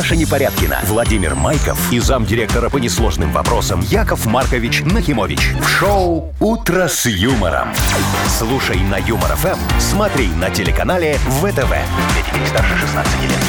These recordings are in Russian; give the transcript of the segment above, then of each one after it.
Маша Непорядкина, Владимир Майков и замдиректора по несложным вопросам Яков Маркович Нахимович. В шоу «Утро с юмором». Слушай на Юмор ФМ, смотри на телеканале ВТВ. Для детей старше 16 лет.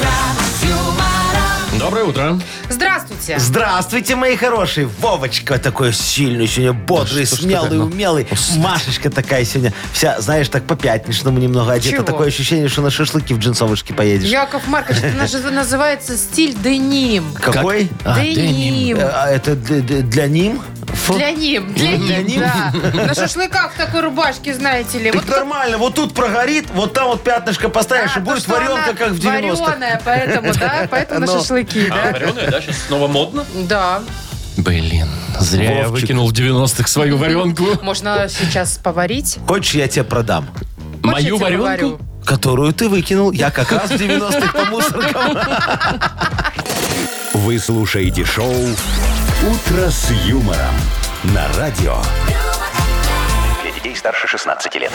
Доброе утро. Здравствуйте. Здравствуйте, мои хорошие. Вовочка такой сильный сегодня, бодрый, что ж смелый, такое? умелый. Машечка такая сегодня вся, знаешь, так по-пятничному немного одета. Чего? Такое ощущение, что на шашлыки в джинсовочке поедешь. Яков Маркович, это называется стиль деним. Какой? Деним. Это для ним? Фу. Для ним, да. На шашлыках в такой рубашке, знаете ли. Так Вот нормально, вот тут прогорит, вот там вот пятнышко поставишь, и то, будет что варенка, она как в 90-х. вареная, поэтому, да, поэтому на Ну. шашлыки, А, да? вареная, да? Сейчас снова модно? Да. Блин, зря я Вовчик. выкинул в 90-х свою варенку. Можно сейчас поварить. Хочешь, я тебе продам? Мою Хочете, варенку? поварю? Которую ты выкинул. Я как раз в 90-х по мусоркам. Вы слушаете шоу «Утро с юмором» на радио. Для детей старше 16 лет.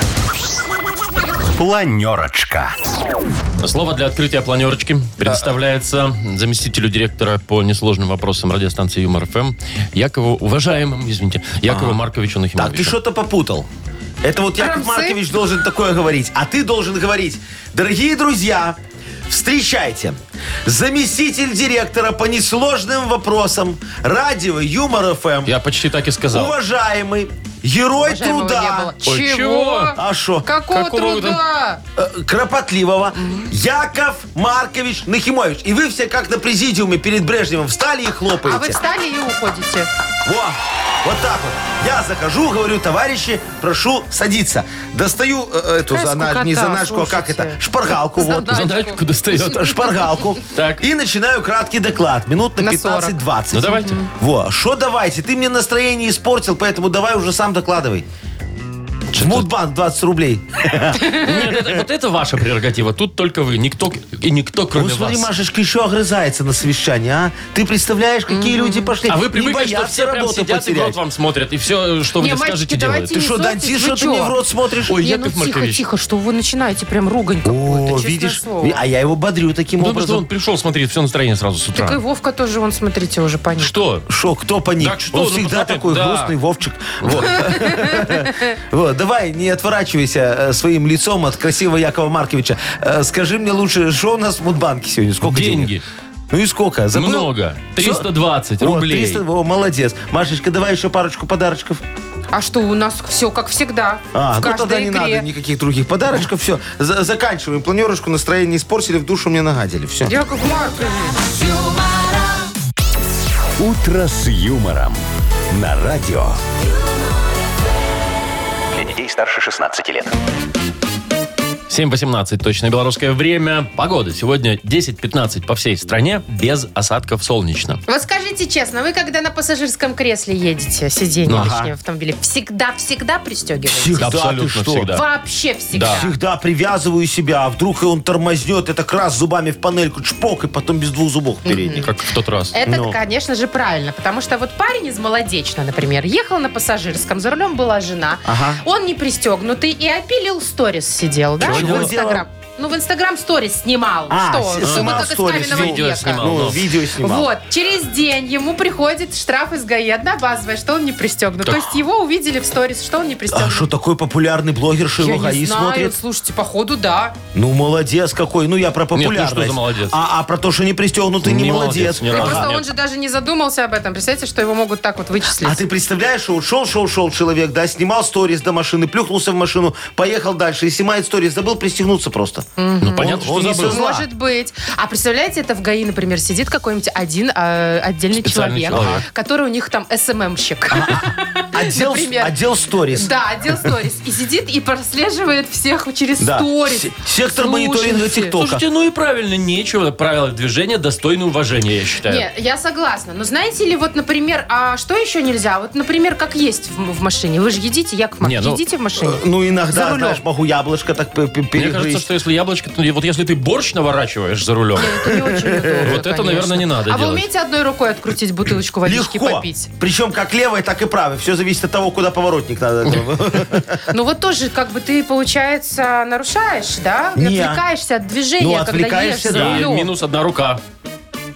Планерочка. Слово для открытия планерочки предоставляется заместителю директора по несложным вопросам радиостанции Юмор ФМ Якову Марковичу Так, ты Нахимовичу. что-то попутал. Это вот Яков Рамсы? Маркович должен такое говорить. А ты должен говорить: дорогие друзья, встречайте, заместитель директора по несложным вопросам радио Юмор ФМ, Я почти так и сказал. уважаемый герой Уважаемого не труда, было. Ой, чего? Чего? а шо, Какого Какого вы труда? кропотливого, Яков Маркович Нахимович. И вы все как на президиуме перед Брежневым встали и хлопаете. А вы встали и уходите. Во, вот так вот. Я захожу, говорю: товарищи, прошу садиться. Достаю эту Какая не скукота, заначку, а как слушайте. это? Шпаргалку. Вот. Задачку достает. Шпаргалку. Так. И начинаю краткий доклад. Минут на На 15-20. Ну давайте. Во, что давайте? Ты мне настроение испортил, поэтому давай уже сам докладывай. В Мудбанк 20 рублей. Нет, вот это ваша прерогатива. Тут только вы. Никто, Ну кроме смотри, вас. Машечка еще огрызается на совещании, а? Ты представляешь, какие люди пошли? А вы Не привыкли, что боятся все прям работу сидят и в потерять. рот вам смотрят. И все, что вы Не, не мальчики, скажете, давайте делают. Ты что, не дантист, ссорьтесь, что вы ты мне чё? в рот смотришь? Ой, Не, Яков ну тихо, Маркович. тихо, что вы начинаете прям ругань О, какую-то, честное видишь? слово. А я его бодрю таким Ну, потому что образом. он пришел, смотрит, все настроение сразу с утра. Так и Вовка тоже, вон, смотрите, уже паник. Что? Шо, кто паник? Так что? Он Ну, всегда посмотри, такой да. грустный, Вовчик. Вот. Вот, давай, не отворачивайся своим лицом от красивого Якова Марковича. Скажи мне лучше, что у нас в Мудбанке сегодня? Сколько денег? Деньги. Ну и сколько? Забыл? Много. Всё? 320 Вот, рублей. 300, о, молодец. Машечка, давай еще парочку подарочков. А что, у нас все как всегда. В Ну тогда каждой не игре. надо никаких других подарочков. Все, заканчиваем планерочку, настроение испортили, в душу мне нагадили. Все. Яков Маркович. «Утро с юмором» на радио. Для детей старше 16 лет. 7:18 точное белорусское время. Погода сегодня 10-15 по всей стране, без осадков, солнечно. Вот скажите честно, вы когда на пассажирском кресле едете, сиденье, Ага. точнее, в автомобиле, всегда пристегиваете? Всегда, Абсолютно ты что? всегда. Вообще всегда. Да. Всегда привязываю себя, а вдруг и он тормознет, это как раз зубами в панельку чпок, и потом без двух зубов передних. Как в тот раз. Это, Ну. конечно же, правильно, потому что вот парень из Молодечно, например, ехал на пассажирском, за рулем была жена, Ага. он не пристегнутый и опилил сторис сидел, да, Чего в Инстаграм. делал? Ну, в Инстаграм сторис снимал. что мы снимал тут сторис, из каменного видео века. снимал. Ну, Ну. видео снимал. Вот, через день ему приходит штраф из ГАИ, однобазовая, что он не пристегнут. То есть его увидели в сторис, что он не пристегнут. А что, такой популярный блогер, что Я его ГАИ не знаю, смотрит? слушайте, походу, да. Ну, молодец какой. Ну, я про популярность. что за молодец? А про то, что не пристегнутый, не Не молодец. молодец, ни Ну, разу. просто нет. он же даже не задумался об этом. Представляете, что его могут так вот вычислить. А ты представляешь, что вот шел человек, да, снимал сторис до машины, плюхнулся в машину, поехал дальше и снимает сторис, забыл пристегнуться просто. Ну, понятно, он что не забыл. со- Может быть. А представляете, это в ГАИ, например, сидит какой-нибудь один отдельный Специальный человек, человек. который у них там СММщик. Например. Отдел сторис. Да, отдел сторис. И сидит и прослеживает всех через Да. сторис. Сектор мониторинга Слушайте. ТикТока. Слушайте, ну и правильно, нечего. Правила движения достойны уважения, я считаю. Нет, я согласна. Но знаете ли, вот, например, а что еще нельзя? Вот, например, как есть в машине. Вы же едите, Яков Маркович, Не, ну, едите в машине? Ну, За иногда, рулем. знаешь, могу яблочко так Мне кажется, перегрызть. что если яблочко, то вот если ты борщ наворачиваешь за рулем, Это не очень удобно, вот это, конечно. наверное, не надо А вы делать. умеете одной рукой открутить бутылочку водички Легко. попить? Причем как левой, так и правой. Все зависит от того, куда поворотник надо. Ну вот тоже, как бы ты, получается, нарушаешь, да? Не. Отвлекаешься от движения, Ну, когда едешь отвлекаешься, за да. И рулем. минус одна рука.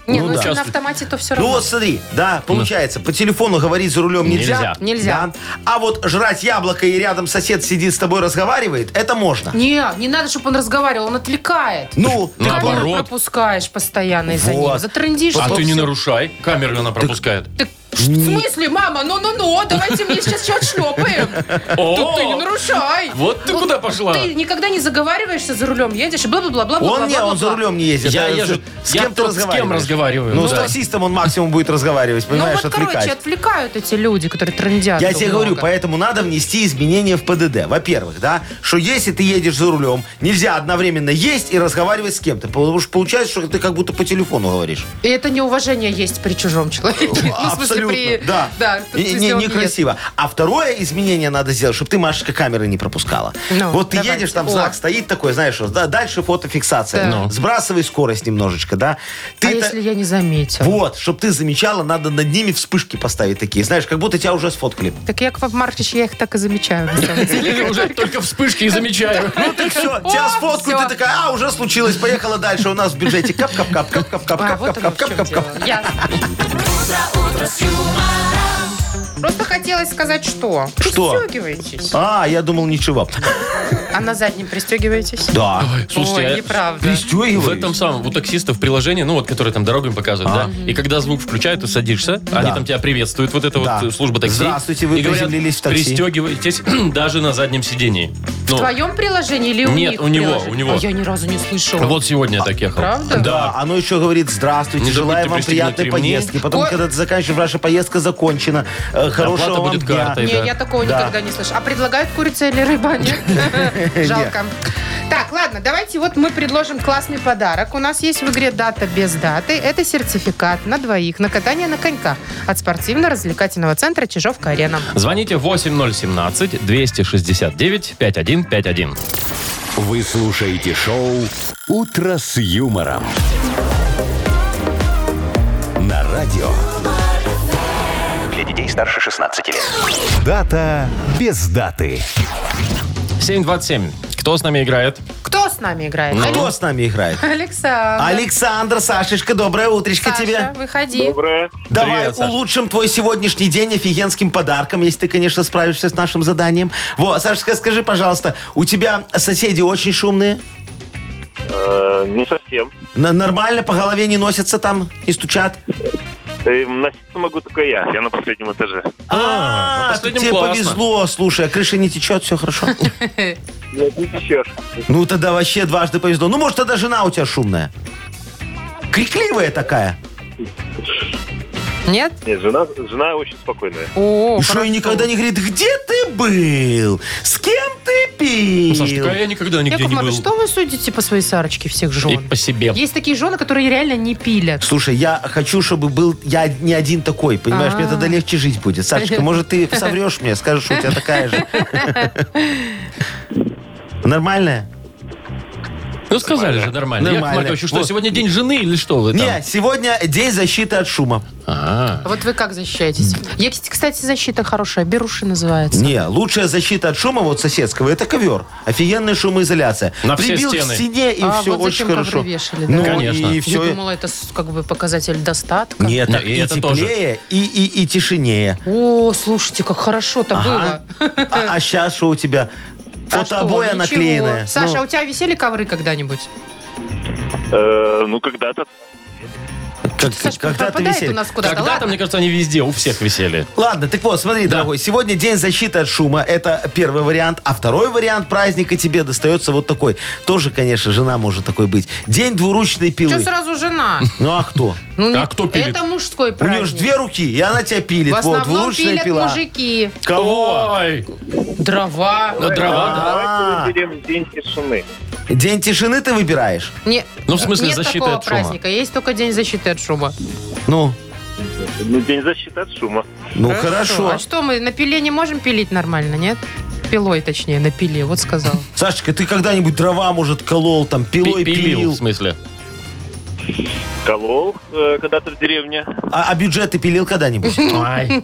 Не, Ну ну да. если на автомате, то все Ну равно. вот смотри, да, получается, по телефону говорить за рулем нельзя. Нельзя. Да. А вот жрать яблоко и рядом сосед сидит с тобой разговаривает, это можно. Не надо, чтобы он разговаривал, он отвлекает. Ну, Ты камеру наоборот. пропускаешь постоянно из-за Вот. него. Затрындишь. А ты не всё. нарушай. Камеру она пропускает. Так в смысле, мама? Ну, давайте мне сейчас что отшлепаем. Тут ты не нарушай. Вот ты куда пошла? Ты никогда не заговариваешься за рулем, едешь и бла-бла-бла-бла. он за рулем не ездит. Я а езжу. С Я кем ты тут с кем разговариваю? Ну, Ну с да. таксистом он максимум будет разговаривать, Ну понимаешь, вот, короче, отвлекать. отвлекают эти люди, которые трындят. Я друг тебе говорю, друга. поэтому надо внести изменения в ПДД. Во-первых, да, что если ты едешь за рулем, нельзя одновременно есть и разговаривать с кем-то. Потому что получается, что ты как будто по телефону говоришь. И это неуважение есть при чужом человеке. Ну, в смысле, Абсолютно, при... да. если он Некрасиво. А второе изменение надо сделать, чтобы ты, Машечка, камеры не пропускала. Ну, Вот ты давайте. едешь, там О. знак стоит такой, знаешь, что, да, дальше фотофиксация. Да. Ну. Сбрасывай скорость немножечко, да. А Ты-то- если я не заметила? Вот, чтобы ты замечала, надо над ними вспышки поставить такие, знаешь, как будто тебя уже сфоткали. Так, Яков Маркович, я их так и замечаю, на самом деле. Я уже только вспышки и замечаю. Ну так все, тебя сфоткают, всё. ты такая, уже случилось, поехала дальше, у нас в бюджете кап-кап-кап, А, вот оно в чем кап-кап-кап-кап-кап-кап-кап. дело. Ясно. Просто хотелось сказать, что? Что? Пристегивайтесь. А, я думал, ничего. А на заднем пристегиваетесь? Да. Слушайте, Ой, а неправда. Пристегиваюсь. в этом самом, у таксистов приложение, ну вот, которое там дорогами показывают, да? И когда звук включают, ты садишься, они там тебя приветствуют, вот эта Да. вот служба такси. Здравствуйте, вы и говорят, приземлились в такси. пристегивайтесь даже на заднем сидении. В твоем приложении или у Нет, них у него, приложение? у него. А я ни разу не слышала. Вот сегодня я так ехал. правда? Да. Оно еще говорит, здравствуйте, Не желаю забудьте вам пристегнуть приятной ремни. поездки. Потом, Ой. когда ты заканчиваешь, ваша поездка закончена. Хорошего Оплата вам будет дня. картой. Не, да. я такого Да. никогда не слышала. А предлагают курица или рыба? Нет? Жалко. Так, ладно, давайте вот мы предложим классный подарок. У нас есть в игре «Дата без даты». Это сертификат на двоих на катание на коньках от спортивно-развлекательного центра «Чижовка-арена». Звоните 8017-269-5151. Вы слушаете шоу «Утро с юмором». На радио. Для детей старше 16 лет. Дата без даты. 7:27. Кто с нами играет? Кто с нами играет? Кто с нами играет? Александр. Александр, Сашечка, доброе утречко Саша, тебе. выходи. Доброе. Давай Привет, Саш. улучшим твой сегодняшний день офигенским подарком, если ты, конечно, справишься с нашим заданием. Вот, Сашечка, скажи, пожалуйста, у тебя соседи очень шумные? Не совсем. Нормально по голове не носятся там, не стучат? Носиться могу только я. Я на последнем этаже. на последнем тебе классно. повезло, слушай, а крыша не течет, все хорошо. Нет, не течешь. Ну, тогда вообще дважды повезло. Ну, может, тогда жена у тебя шумная? Крикливая такая. Нет? Нет, жена очень спокойная. О, И что, хорошо. и никогда не говорит, где ты был? С кем ты пил? Ну, Саш, такая я никогда нигде Яков не Маркович, был. что вы судите по своей Сарочке всех И жен? по себе. Есть такие жены, которые реально не пилят. Слушай, я хочу, чтобы был я не один такой, понимаешь, мне тогда легче жить будет. Сашечка, может, ты соврешь мне, скажешь, что у тебя такая же. Нормальная? Ну, сказали же, нормально. Яков Нормально. Маркович, что, Вот. сегодня день жены или что вы там? Не, сегодня день защиты от шума. А, Вот вы как защищаетесь? Есть, кстати, защита хорошая. Беруши называется. Не, лучшая защита от шума вот соседского, это ковер. Офигенная шумоизоляция. На все Прибил стены. к стене, и А, все вот очень зачем хорошо. ковры вешали, да? Ну, Конечно. и Я все. думала, это как бы показатель достатка. Нет, Не, так и и это теплее, и тишинее. О, слушайте, как хорошо-то Ага. было. А сейчас что у тебя? А Фотобоя что, ничего. наклеенная. Саша, Ну, а у тебя висели ковры когда-нибудь? Ну, когда-то. Саша, когда ты пропадает висели? у нас куда-то. когда-то, Ладно. мне кажется, они везде, у всех висели. Ладно, так вот, смотри, дорогой, сегодня день защиты от шума. Это первый вариант. А второй вариант праздника тебе достается вот такой. Тоже, конечно, жена может такой быть. День двуручной пилы. Что сразу жена? Ну а кто? Ну, А кто пилит? Это мужской У праздник. нее же две руки, и она тебя пилит. В Вот, основном двуручная пилят пила. мужики. Кого? Ой, Дрова. на дрова, да. А. Давайте выберем день тишины. День тишины ты выбираешь? Не, Ну, в смысле, нет защиты такого от шума. праздника. Есть только день защиты от шума. Ну, Ну, день защиты от шума. ну хорошо. А что, мы на пиле не можем пилить нормально, нет? Пилой, точнее, на пиле, вот сказал. Сашечка, ты когда-нибудь дрова, может, колол, там, пилой Пилил, пилил? в смысле. Колол когда-то в деревне. А бюджет ты пилил когда-нибудь? Ай.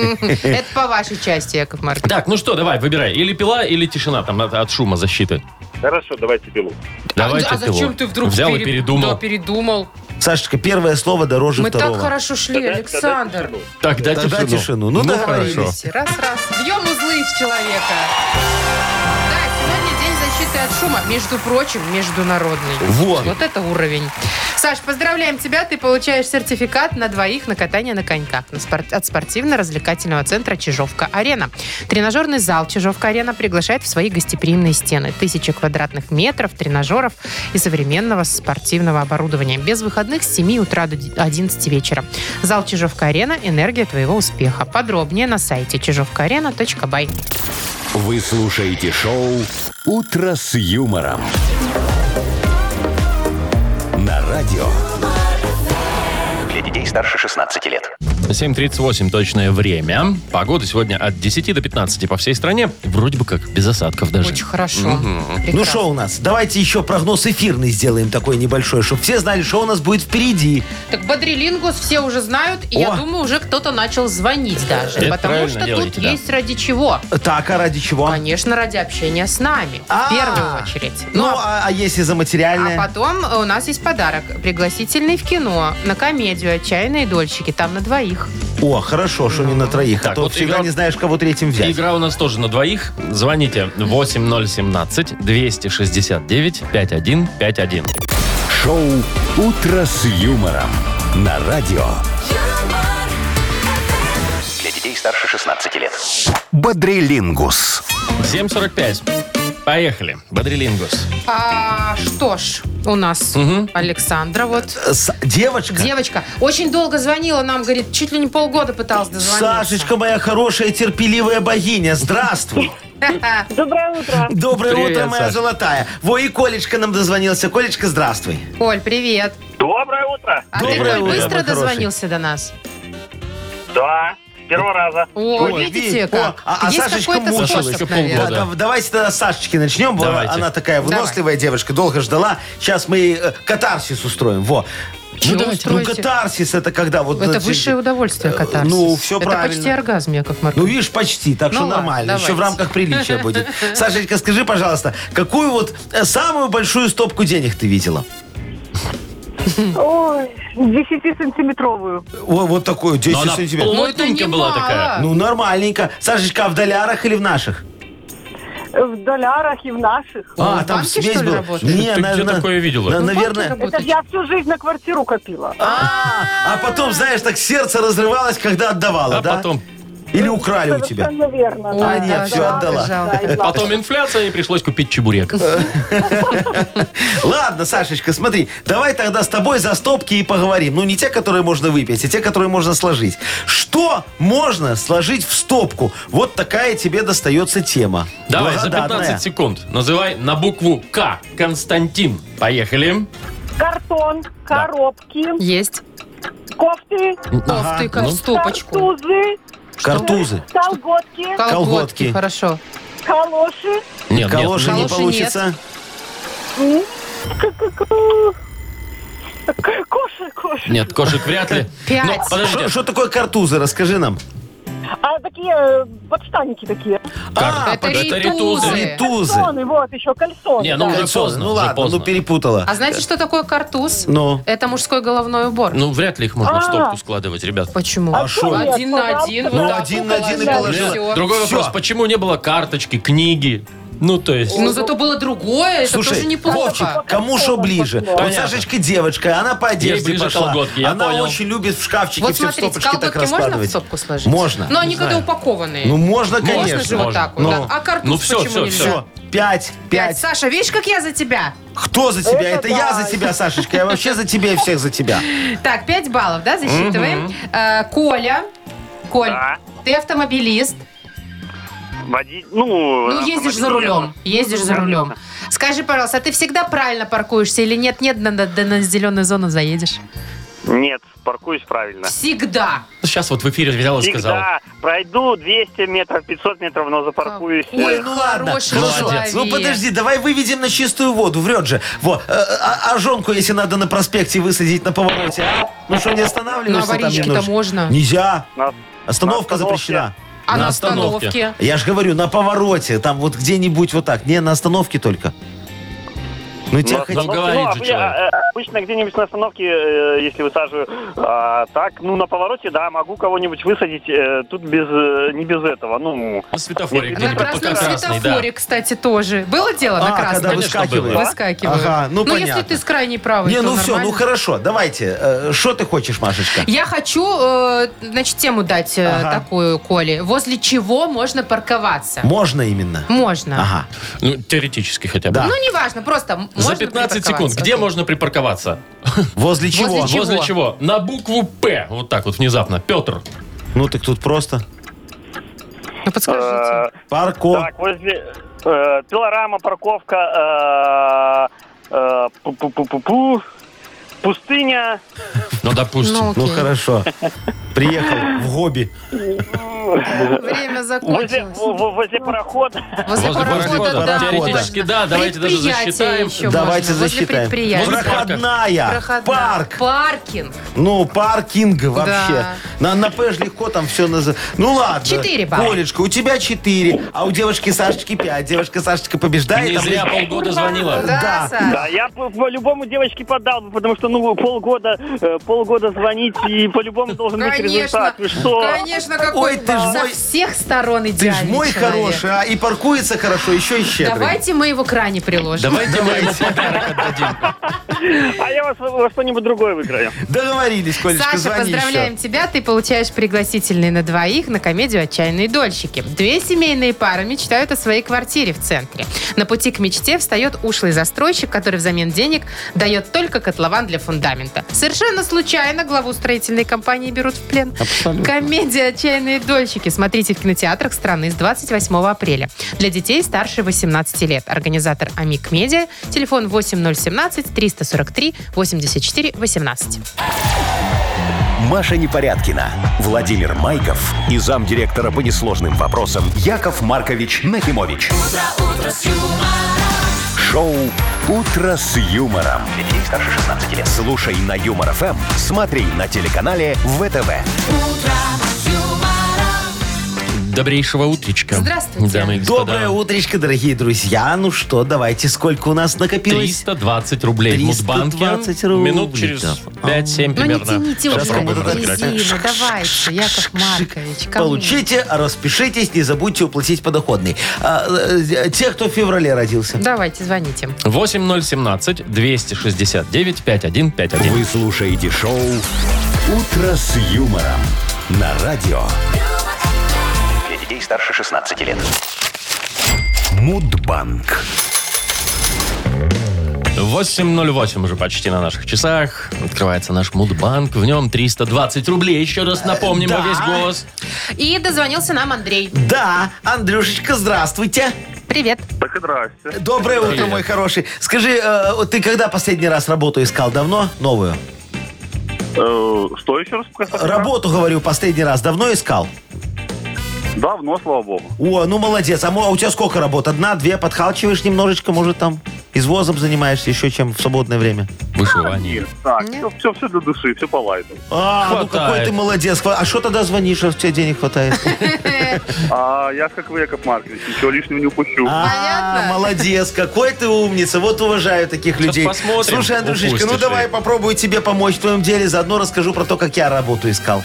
Это по вашей части, Яков Маркович. Так, ну что, давай, выбирай. Или пила, или тишина там от шума защиты. Хорошо, давайте пилу. Давайте а зачем пилу. ты вдруг Взял и передумал. Да, передумал. Сашечка, первое слово дороже Мы второго. так хорошо шли, Тогда Александр. тишину. Тогда тишину. Ну, хорошо. договорились. Раз. Бьем узлы из человека. Да, сегодня день защиты от шума. Между прочим, международный. Вот. Вот это уровень. Саш, поздравляем тебя. Ты получаешь сертификат на двоих на катание на коньках от спортивно-развлекательного центра «Чижовка-Арена». Тренажерный зал «Чижовка-Арена» приглашает в свои гостеприимные стены. 1000 квадратных метров, тренажеров и современного спортивного оборудования. Без выходных с 7 утра до 11 вечера. Зал «Чижовка-Арена» – энергия твоего успеха. Подробнее на сайте чижовкаарена.бай. Вы слушаете шоу «Утро с юмором». На радио. Для детей старше 16 лет. 7:38 точное время. Погода сегодня от 10 до 15 по всей стране. Вроде бы как без осадков даже. Очень хорошо. Ну Прекрасно. что у нас? Давайте еще прогноз эфирный сделаем такой небольшой, чтобы все знали, что у нас будет впереди. Так бодрилингус все уже знают, и я О. думаю, уже кто-то начал звонить даже. Это Потому правильно что делаете, тут да. есть ради чего. Так, а ради чего? Конечно, ради общения с нами. А. В первую очередь. Ну, Ну, а если за а материальное? потом у нас есть подарок. Пригласительный в кино на комедию «Отчаянные дольщики». Там на двоих. О, хорошо, что не на троих, Так, а то вот всегда игра- не знаешь, кого третьим взять. Игра у нас тоже на двоих. Звоните 8017-269-5151. Шоу «Утро с юмором». На радио. Для детей старше 16 лет. Бодрилингус. 7:45. Поехали. Бодрилингус. Что ж, у нас Александра вот. Девочка? Девочка очень долго звонила нам, говорит, чуть ли не полгода пыталась дозвониться. Сашечка, моя хорошая, терпеливая богиня, здравствуй. Доброе утро. Доброе Привет, утро, моя Саш. золотая. Во, и Колечка нам дозвонился. Колечка, здравствуй. Коль, привет. Доброе утро. А Доброе ты, Коль, утро, быстро мой хороший. дозвонился до нас? Да, с первого раза. О, Ой, видите, о, как? а Есть Сашечка какой-то мучилась. способ, Полгода. наверное. Да. Давайте тогда с Сашечки начнем. Во, Давайте. Она такая выносливая девочка, долго ждала. Сейчас мы ей катарсис устроим. Во. Чего давайте. Ну, устроите? катарсис это когда вот... Это значит, высшее удовольствие катарсис. ну, всё Это правильно. почти оргазм, Яков Ну, Маркович. видишь, почти, так что Ну, ладно, нормально. Еще в давайте. рамках приличия будет. Сашечка, скажи, пожалуйста, какую вот самую большую стопку денег ты видела? Ой, 10-сантиметровую. О, вот такую, 10 Но она сантиметров. плотненькая была такая. Ну, нормальненько. Сашечка, а в долярах или в наших? В долларах и в наших. в банке, что ли, работаешь? Не, Ты где такое видела? Ну, в банке наверное... работаешь. Это ж я всю жизнь на квартиру копила. А потом, знаешь, так сердце разрывалось, когда отдавала, А да? потом Или украли у тебя? Совершенно верно. Ой, да. да, нет, всё жалко, отдала. жалко. Да, и ладно. Потом инфляция, и пришлось купить чебурек. Ладно, Сашечка, смотри, давай тогда с тобой за стопки и поговорим. Ну, не те, которые можно выпить, а те, которые можно сложить. Что можно сложить в стопку? Вот такая тебе достается тема. Давай, за Благодатная. 15 секунд. Называй на букву К. Константин. Поехали. Картон, коробки, Есть. кофты, Кофты, ну. стопочку. картузы, Картузы. колготки, Колготки, Колготки. хорошо. калоши. Нет, Калоши не Калоши получится. Коши. Нет, кошек вряд ли. 5. Ну, подожди. Что такое картузы? Расскажи нам. А такие подштанники такие. Это ритузы. Ритузы. Кальсоны, вот еще кальсоны. Не, ну да. уже Кольцо. поздно. Ну уже ладно, поздно. ну перепутала. А знаете, что такое картуз? Ну. Это мужской головной убор. Ну, вряд ли их можно в стопку складывать, ребят. Почему? А шо нет, Один на один. пожалуйста? вот Ну, так один вот на один и положили, положила. всё. Другой Всё. вопрос, почему не было карточки, книги? Ну, то есть... Ну, зато было другое, это Слушай, тоже неплохо. Вовчик, кому что ближе? Вот Понятно. Сашечка девочка, она по одежде ближе пошла. колготки, я Она понял. очень любит в шкафчике Вот все в смотрите, стопочки так колготки можно в раскладывать. стопку сложить? Можно. Но они Не когда знаю. упакованные. Ну, можно, Можно конечно. же вот так вот. Ну. да. А картуз Ну, всё, почему всё, нельзя? всё. 5. Саша, видишь, как я за тебя? Кто за тебя? Это Это я да. за тебя, Сашечка. Я вообще за тебя и всех за тебя. Так, 5 баллов, да, засчитываем. Коля. Коль, Да. ты автомобилист. Ну, ездишь за рулем. Ездишь за рулем. Скажи, пожалуйста, а ты всегда правильно паркуешься или нет-нет, на зеленую зону заедешь? Нет, паркуюсь правильно. Всегда. Сейчас вот в эфире взял и сказал. Всегда пройду 200 метров, 500 метров, но запаркуюсь. Ой, Ну ладно, хороший хорошо. человек. Ну подожди, давай выведем на чистую воду. Врет же. Вот. А жонку, если надо на проспекте высадить на повороте, а? Ну что, не останавливаешься На там аварийке-то немножко? можно. Нельзя. На- Остановка на остановке. запрещена. А На на остановке. остановке? Я же говорю, на повороте, там вот где-нибудь вот так. Не, на остановке только. Ну, тебя На хоть... остановке, говорит же обычно- человек. Обычно где-нибудь на остановке, если высаживаю, так, ну, на повороте, да, могу кого-нибудь высадить, тут не без этого, ну... На светофоре На На где-нибудь красном пока красный, да. светофоре, кстати, тоже. Было дело на когда красном? Конечно, выскакивает. было. Выскакиваю. Ага, ну, если понятно. ты с крайней правой, Не, то ну все, нормально. ну хорошо, давайте. Что ты хочешь, Машечка? Я хочу, значит, тему дать Ага. такую, Коле. Возле чего можно парковаться? Можно именно? Можно. Ага. Ну, теоретически хотя бы. Да. Ну, неважно, просто За можно 15 секунд. припарковаться. Где Окей. можно припарковаться? Возле чего? Возле чего? Возле чего? На букву П. Вот так вот внезапно. Петр. Ну так тут просто. Ну, подскажите. Парко. Так, возле пилорама, парковка, пу-пу-пу-пу-пу, пустыня. Ну, допустим. Ну, Ну окей. хорошо. Приехал в Гоби. Время закончилось. Возле парохода. Возле парохода, да. Теоретически, да. Давайте даже Предприятие засчитаем. еще Давайте можно. Возле засчитаем. предприятия. Возле Проходная. Проходная. Парк. Паркинг. Ну, паркинг вообще. На П ж легко там все называть. Ну ладно. 4 балла. Колечка, у тебя 4, а у девушки Сашечки 5. Девушка Сашечка побеждает. Не а мы- зря полгода звонила. Да, Да. Саш? Да, я по-любому девочке подал бы, потому что, ну, полгода звонить и по-любому должен быть Конечно. результат. Вы что? Конечно, какой Ой, ты ж со мой- всех сторон Ты идеальный ж мой человек. хороший, а и паркуется хорошо, еще и щедрый. Давайте мы его к ране приложим. Давайте мы ему подарок отдадим. А я вас во что-нибудь другое выиграю. Договорились, Колечка, Саша, звони поздравляем тебя. Ты получаешь пригласительные на двоих на комедию «Отчаянные дольщики». 2 семейные пары мечтают о своей квартире в центре. На пути к мечте встает ушлый застройщик, который взамен денег дает только котлован для фундамента. Совершенно случайно главу строительной компании берут в плен. Абсолютно. Комедия «Отчаянные дольщики». Смотрите в кинотеатрах страны с 28 апреля. Для детей старше 18 лет. Организатор «Амик Медиа». Телефон 8017-343-84-18. Маша Непорядкина, Владимир Майков и замдиректора по несложным вопросам Яков Маркович Нахимович. Шоу «Утро с юмором». Для детей старше 16 лет. Слушай на Юмор ФМ, смотри на телеканале ВТВ. Добрейшего утречка. Здравствуйте. Дамы и господа. Доброе утречко, дорогие друзья. Ну что, давайте, сколько у нас накопилось? 320 рублей в Мудбанке. 320 рублей. Минут через 5-7 Ну не примерно. тяните уже Сейчас мы будем резину. Давайте, Яков Маркович. кому? Получите, распишитесь, не забудьте уплатить подоходный. Те, кто в феврале родился. Давайте, звоните. 8017-269-5151. Вы слушаете шоу «Утро с юмором» на радио. Для детей старше 16 лет. Мудбанк. 8:08 уже почти на наших часах. Открывается наш Мудбанк. В нем 320 рублей. Еще раз напомним Да. во весь голос. И дозвонился нам Андрей. Да, Андрюшечка, здравствуйте. Привет. Так и здрасте. Доброе утро, Привет. мой хороший. Скажи, ты когда последний раз работу искал? Давно? Новую? Что еще раз? Работу, говорю, последний раз давно искал? Давно, слава богу. О, ну молодец. А у тебя сколько работ? 1, 2? Подхалчиваешь немножечко, может там извозом занимаешься еще, чем в свободное время? Вышивание. Так, все для души, все по лайту. Ну какой Хватает. ты молодец. А что тогда звонишь, раз у тебя денег хватает? Я как вы, Яков Маркович, ничего лишнего не упущу. Понятно. Молодец, какой ты умница. Вот уважаю таких людей. посмотрим, Слушай, Андрюшечка, ну упустишь давай ли. попробую тебе помочь в твоем деле. Заодно расскажу про то, как я работу искал.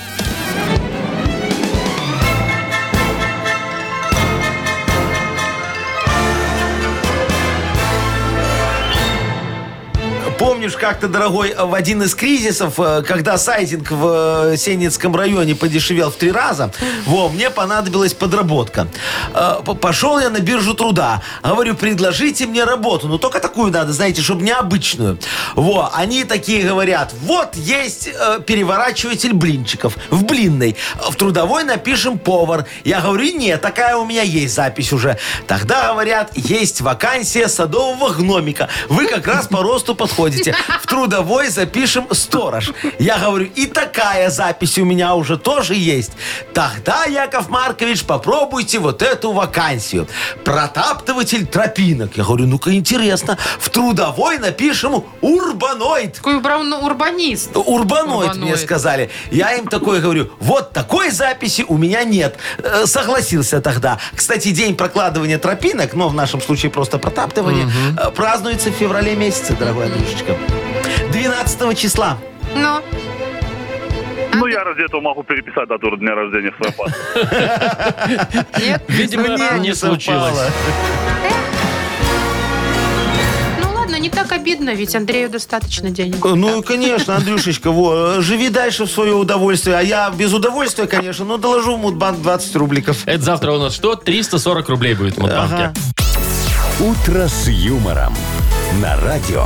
Помнишь, как-то, дорогой, в один из кризисов, когда сайдинг в Сенецком районе подешевел в 3 раза, мне понадобилась подработка. Пошел я на биржу труда. Говорю, предложите мне работу. Но только такую надо, знаете, чтобы необычную. Они такие говорят, вот есть переворачиватель блинчиков в блинной. В трудовой напишем повар. Я говорю, нет, такая у меня есть запись уже. Тогда, говорят, есть вакансия садового гномика. Вы как раз по росту подходите. заходите в трудовой, запишем сторож. Я говорю, и такая запись у меня уже тоже есть. Тогда, Яков Маркович, попробуйте вот эту вакансию. Протаптыватель тропинок. Я говорю, ну-ка интересно. В трудовой напишем урбаноид. Такой урбанист. Урбаноид мне сказали. Я им такое говорю, вот такой записи у меня нет. Согласился тогда. Кстати, день прокладывания тропинок, но в нашем случае просто протаптывания, празднуется в феврале месяце, дорогой Андрюшечка. 12 числа. Ну, Ну, я ради этого могу переписать дату дня рождения в свой паспорт. нет? Видимо, не случилось. Ну ладно, не так обидно, ведь Андрею достаточно денег. Ну, конечно, Андрюшечка, живи дальше в свое удовольствие. А я без удовольствия, конечно, но доложу в Мудбанк 20 рубликов. Это завтра у нас что? 340 рублей будет в Мудбанке. Ага. «Утро с юмором» на радио.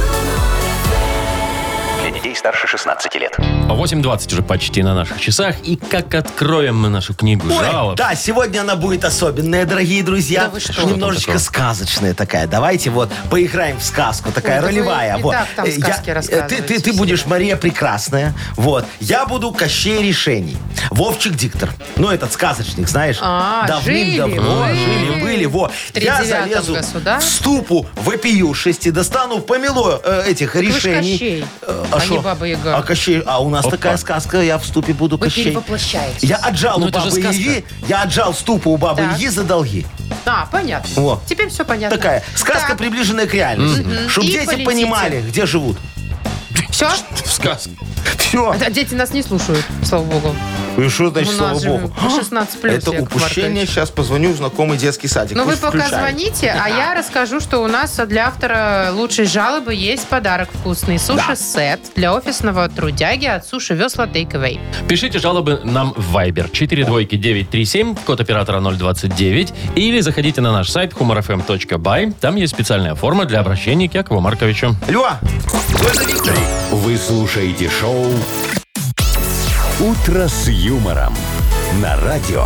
Для детей старше 16 лет. 8:20 уже почти на наших часах. И как откроем мы нашу книгу Ой, жалоб. да, сегодня она будет особенная, дорогие друзья. Да вы что? Немножечко Что сказочная такая. Давайте вот поиграем в сказку. Такая Ой, да вы ролевая. и Вот. так там сказки рассказываете Ты будешь Мария Прекрасная. Вот. Я буду Кощей Решений. Вовчик Диктор. Ну, этот сказочник, знаешь. Давным-давно жили-были. Во. В Я 39-м залезу году, да? в ступу вопиюшести, достану помело этих Вы ж решений. Кощей, а шо? не Баба Яга. А Кощей, у нас Опа. такая сказка, я в ступе буду Вы Кощей. перевоплощаетесь. Я отжал Ну, у это же Бабы сказка. Яги, я отжал ступу у Бабы Так. Яги за долги. Понятно. Во. Теперь все понятно. Такая сказка, Так. приближенная к реальности. Чтобы И дети полетите. понимали, где живут. Все? В сказке. Все. А дети нас не слушают, слава богу. И что значит, У слава нас же богу? 16+, Это Яков упущение. Маркович. Сейчас позвоню в знакомый детский садик. Ну, вы Пусть пока включают. звоните, а я расскажу, что у нас для автора лучшей жалобы есть подарок вкусный. Суши-сет для офисного трудяги от Суши Весла Take Away. Пишите жалобы нам в Viber 42937, код оператора 029, или заходите на наш сайт humorfm.by. Там есть специальная форма для обращения к Якову Марковичу. Льва, Вы слушаете шоу «Утро с юмором» на радио.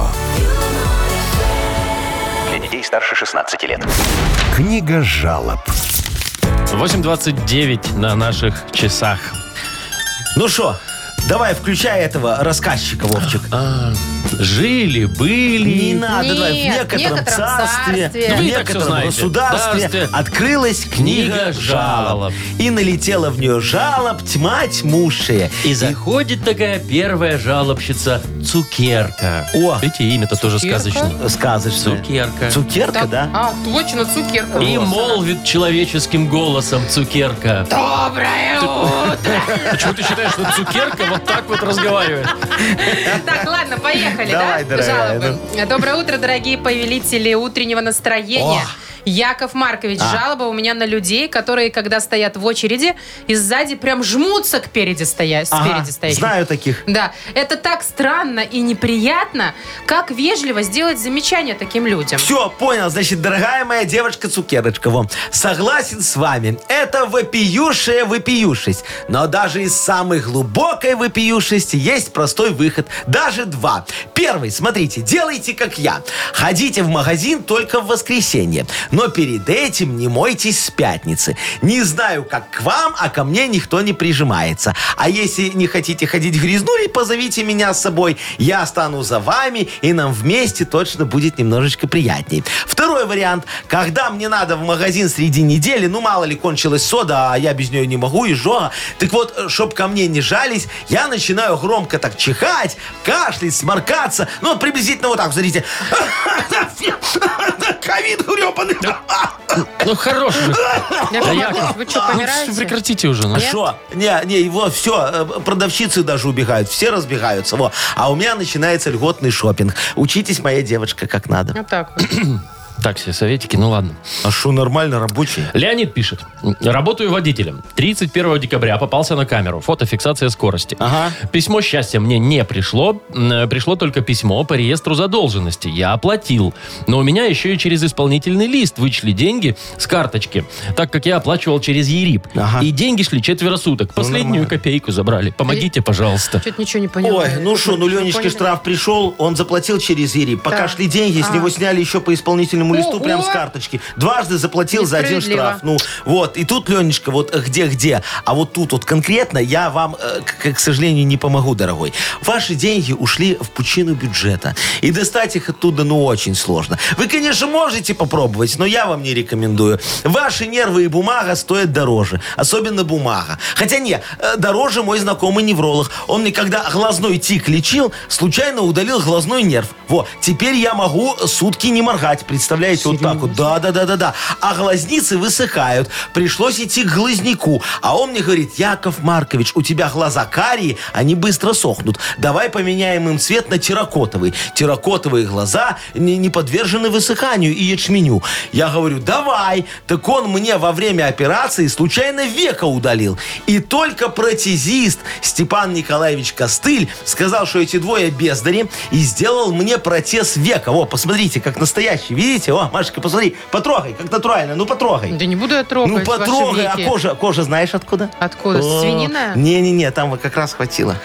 Для детей старше 16 лет. Книга жалоб. 8:29 на наших часах. ну что, давай включай этого рассказчика, Вовчик. Жили-были. Не надо, Нет, давай. В некотором царстве, царстве. в Вы и так всё некотором знаете. государстве Царстве. открылась книга жалоб. И налетела в нее жалоб тьма тьмущая. И заходит такая первая жалобщица Цукерка. О! Видите, имя-то тоже Цукерка? сказочное. Сказочная. Цукерка. Цукерка, да? Точно, Цукерка. И молвит человеческим голосом Цукерка. Доброе утро! Почему ты считаешь, что Цукерка вот так вот разговаривает? Так, ладно, поехали, Давай, да? дорогая, Жалобы. Доброе утро, дорогие повелители утреннего настроения. Яков Маркович, жалоба у меня на людей, которые, когда стоят в очереди, и сзади прям жмутся к спереди стоящим. Знаю таких. Да, это так странно и неприятно. Как вежливо сделать замечание таким людям? Все, понял. Значит, дорогая моя девочка Цукерочка, согласен с вами. Это вопиющая вопиюшесть. Но даже из самой глубокой вопиюшести есть простой выход. Даже два. Первый, смотрите, делайте как я. Ходите в магазин только в воскресенье. Но перед этим не мойтесь с пятницы. Не знаю, как к вам, а ко мне никто не прижимается. А если не хотите ходить грязнули, позовите меня с собой. Я стану за вами, и нам вместе точно будет немножечко приятней. Второй вариант. Когда мне надо в магазин среди недели, ну, мало ли, кончилась сода, а я без нее не могу, изжога. Так вот, чтоб ко мне не жались, я начинаю громко так чихать, кашлять, сморкаться. Ну, вот приблизительно вот так, смотрите. Ковид гребаный. Ну, хорош же. Яков Яков, Маркович, вы что, помираете? Прекратите уже. Ну. А что? Не, вот все, продавщицы даже убегают, все разбегаются. Во. А у меня начинается льготный шопинг. Учитесь, моя девочка, как надо. Вот так вот. Так, все советики, ну ладно. А что, нормально, рабочий? Леонид пишет. Работаю водителем. 31 декабря попался на камеру. Фотофиксация скорости. Ага. Письмо счастья мне не пришло. Пришло только письмо по реестру задолженности. Я оплатил. Но у меня еще и через исполнительный лист вычли деньги с карточки, так как я оплачивал через ЕРИП. Ага. И деньги шли 4 суток. Последнюю копейку забрали. Помогите, пожалуйста. Что-то ничего не понимаю. Ой, ну что, ну Вы Ленечке поняли? штраф пришел, он заплатил через ЕРИП. Пока Да. шли деньги, с него сняли еще по исполнительному первому листу Ого! прям с карточки. Дважды заплатил за один Несправедливо. штраф. Ну, вот. И тут, Ленечка, вот где-где. А вот тут вот конкретно я вам, к сожалению, не помогу, дорогой. Ваши деньги ушли в пучину бюджета. И достать их оттуда, ну, очень сложно. Вы, конечно, можете попробовать, но я вам не рекомендую. Ваши нервы и бумага стоят дороже. Особенно бумага. Хотя не, дороже мой знакомый невролог. Он мне, когда глазной тик лечил, случайно удалил глазной нерв. Во, теперь я могу сутки не моргать. Представляете, вот так вот. Да. А глазницы высыхают. Пришлось идти к глазнику. А он мне говорит: Яков Маркович, у тебя глаза карие, они быстро сохнут. Давай поменяем им цвет на терракотовый. Терракотовые глаза не подвержены высыханию и ячменю. Я говорю: давай. Так он мне во время операции случайно веко удалил. И только протезист Степан Николаевич Костыль сказал, что эти двое бездари, и сделал мне протез века. О, посмотрите, как настоящий. Видите? О, Машечка, посмотри. Потрогай, как натурально. Ну, потрогай. Да не буду я трогать Ну, ваши потрогай. А веки. кожа знаешь откуда? Откуда? О, Свинина? Не-не-не, там вот как раз хватило.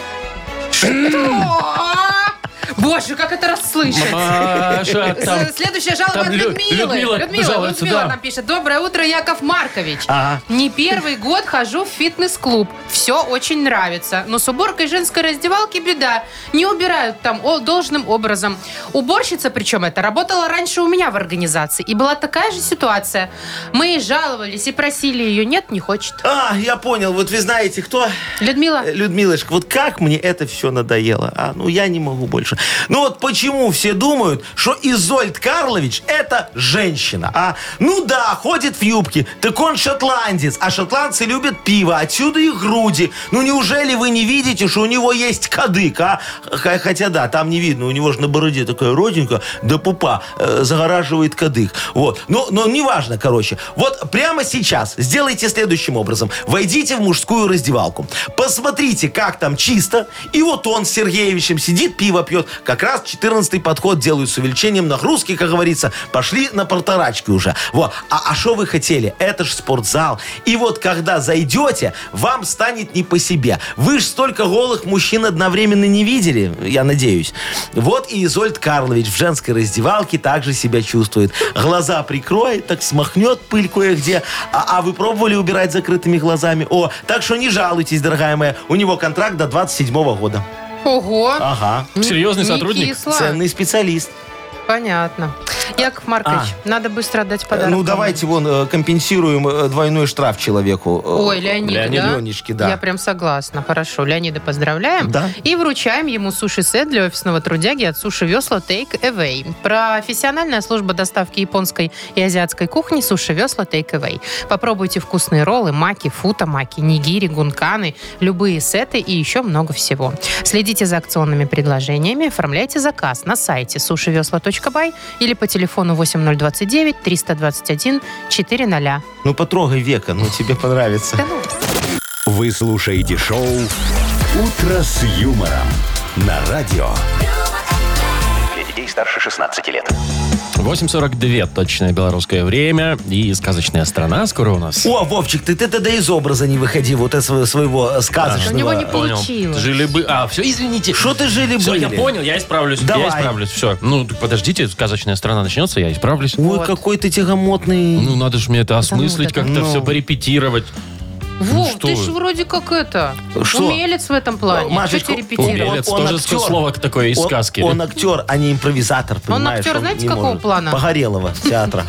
Боже, как это расслышать? Маша, там... Следующая жалоба там от Людмила жалуется, да. нам пишет. Доброе утро, Яков Маркович. Ага. Не первый год хожу в фитнес-клуб. Все очень нравится. Но с уборкой женской раздевалки беда. Не убирают там должным образом. Уборщица, причем это, работала раньше у меня в организации. И была такая же ситуация. Мы ей жаловались и просили ее. Нет, не хочет. Я понял. Вот вы знаете, кто? Людмила? Людмилочка, вот как мне это все надоело. Ну, я не могу больше. Ну, вот почему все думают, что Изольд Карлович это женщина, Ну да, ходит в юбке. Так он шотландец. А шотландцы любят пиво. Отсюда их груди. Ну, неужели вы не видите, что у него есть кадык, Хотя да, там не видно. У него же на бороде такая родинка, да пупа загораживает кадык. Вот. Но неважно, короче. Вот прямо сейчас сделайте следующим образом. Войдите в мужскую раздевалку. Посмотрите, как там чисто. И вот он с Сергеевичем сидит, пиво пьет. Как раз 14-й подход делают с увеличением нагрузки, как говорится. Пошли на полторачки уже. Вот. А что вы хотели? Это ж спортзал. И вот когда зайдете, вам станет не по себе. Вы ж столько голых мужчин одновременно не видели, я надеюсь. Вот и Изольд Карлович в женской раздевалке также себя чувствует. Глаза прикроет, так смахнет пыль кое-где. А вы пробовали убирать закрытыми глазами? Так что не жалуйтесь, дорогая моя. У него контракт до 27-го года. Ого. Ага. Серьезный Не сотрудник? кисло. Ценный специалист. Понятно. Яков Маркович, надо быстро отдать подарок. Ну, давайте компенсируем двойной штраф человеку. Ой, Леонид, Леонид, да? Ленечке, да. Я прям согласна. Хорошо. Леонида поздравляем. Да. И вручаем ему суши-сет для офисного трудяги от Суши Весла Take Away. Профессиональная служба доставки японской и азиатской кухни Суши Весла Take Away. Попробуйте вкусные роллы, маки, футамаки, нигири, гунканы, любые сеты и еще много всего. Следите за акционными предложениями, оформляйте заказ на сайте sushivesla.by или по телефону 8029 321 400. Ну, потрогай века, тебе понравится. Да ну. Вы слушаете шоу «Утро с юмором» на радио. Для детей старше 16 лет. 8:42 точное белорусское время. И сказочная страна скоро у нас. Вовчик, ты тогда из образа не выходи, вот из своего сказочного. У него не Понял. получилось. Жили-бы... все, извините. Что ты жили-были? Все, я понял, я исправлюсь. Давай. Я исправлюсь, все. Ну, так подождите, сказочная страна начнется, я исправлюсь. Ой, Вот. какой ты тягомотный. Ну, надо же мне это осмыслить, это. как-то все порепетировать. Вов, что ты вы? ж вроде как Что? умелец в этом плане. Машечка, Что тебе репетировать? Умелец, он тоже актер. слово такое из сказки. Он актер, а не импровизатор, понимаешь? актер, знаете, не какого может. плана? Погорелого театра.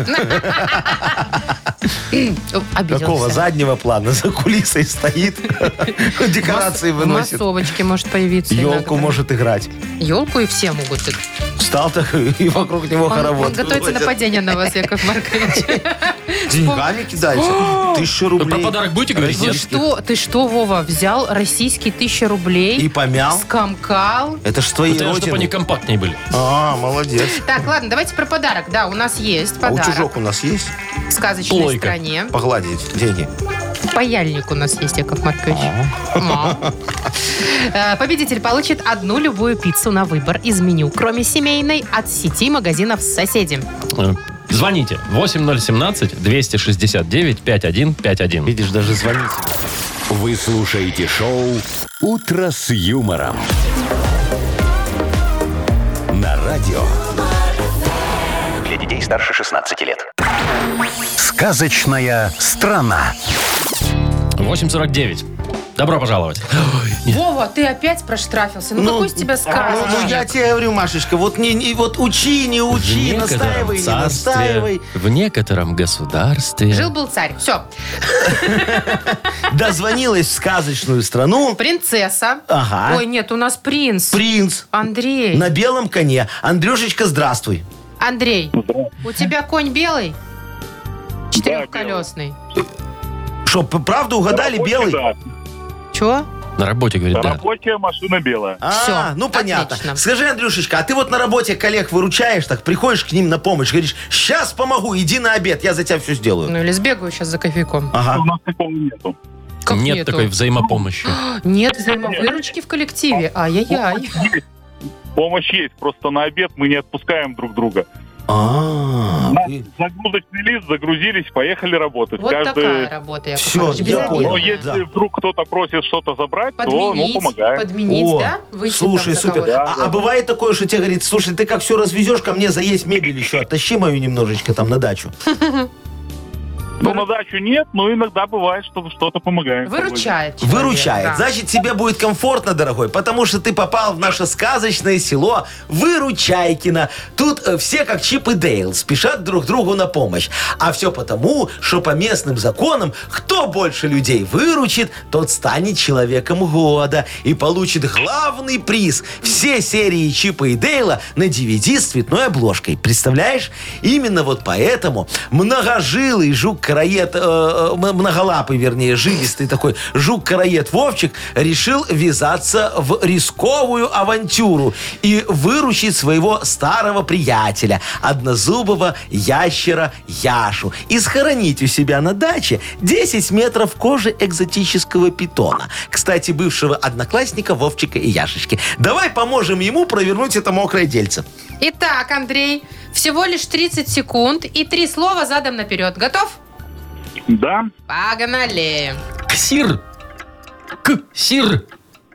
Обиделся. Какого? Заднего плана. За кулисой стоит. Декорации выносит. Массовочки может появиться. Елку иногда. может играть. Елку и все могут. Встал так и вокруг него Он хоровод. готовится выводят. нападение на вас, Яков Маркович. Деньгами кидается. 1000 Вы рублей. про подарок будете говорить? Вы Нет? что? Ты что, Вова, взял российские 1000 рублей? И помял. Скомкал? Это ж твои Это чтобы они родины. компактнее были. Молодец. Так, ладно, давайте про подарок. Да, у нас есть А у подарок. чужок у нас есть? В сказочной Плойка. стране. Погладить деньги. Паяльник у нас есть, Яков Маркович. Победитель получит одну любую пиццу на выбор из меню, кроме семейной, от сети магазинов «Соседи». Звоните 8017-269-5151. Видишь, даже звонить. Вы слушаете шоу «Утро с юмором» на радио. Для детей старше 16 лет. Сказочная страна. 8:49. Добро пожаловать. Вова, ты опять проштрафился. Ну, какой с тебя сказочник? я тебе говорю, Машечка, вот учи, не учи, В некотором настаивай, не царстве, настаивай. в некотором государстве. Жил-был царь. Все. Дозвонилась в сказочную страну Принцесса. Ага. Ой, нет, у нас принц. принц Андрей. на белом коне. Андрюшечка, здравствуй. Андрей, у тебя конь белый? Четырехколесный. Что, правда угадали, белый? Да. Чего? На работе, говорит, да. Рабочая машина белая. Всё, Ну понятно. отлично. Скажи, Андрюшечка, а ты вот на работе коллег выручаешь, так приходишь к ним на помощь, говоришь, сейчас помогу, иди на обед, я за тебя все сделаю. Ну или сбегаю сейчас за кофейком. Ага. У нас такого нету. Как Нет нету? такой взаимопомощи. Нет взаимовыручки в коллективе. Ай-яй-яй. Помощь есть, просто на обед мы не отпускаем друг друга. Загрузочный лист, загрузились, поехали работать. Вот такая работа, Яков Всё, Маркович, без я обид. понял. Но если Да. вдруг кто-то просит что-то забрать, то помогаем. Подменить, О, да? Выйти слушай, там за супер. кого-то. А бывает такое, что тебе говорит, слушай, ты как все развезешь, ко мне заесть мебель еще, оттащи мою немножечко там на дачу. Ну, на дачу нет, но иногда бывает, что что-то помогаем. Выручает человек, Выручает. да. Значит, тебе будет комфортно, дорогой, потому что ты попал в наше сказочное село Выручайкино. Тут все, как Чип и Дейл, спешат друг другу на помощь. А все потому, что по местным законам, кто больше людей выручит, тот станет человеком года и получит главный приз. Все серии Чипа и Дейла на DVD с цветной обложкой. Представляешь? Именно вот поэтому многожилый жук-караед, многолапый, вернее, жилистый такой жук-караед Вовчик решил ввязаться в рисковую авантюру и выручить своего старого приятеля, однозубого ящера Яшу, и схоронить у себя на даче 10 метров кожи экзотического питона. Кстати, бывшего одноклассника Вовчика и Яшечки. Давай поможем ему провернуть это мокрое дельце. Итак, Андрей, всего лишь 30 секунд и 3 слова задом наперед. Готов? Да. Погнали. Ксир. Ксир.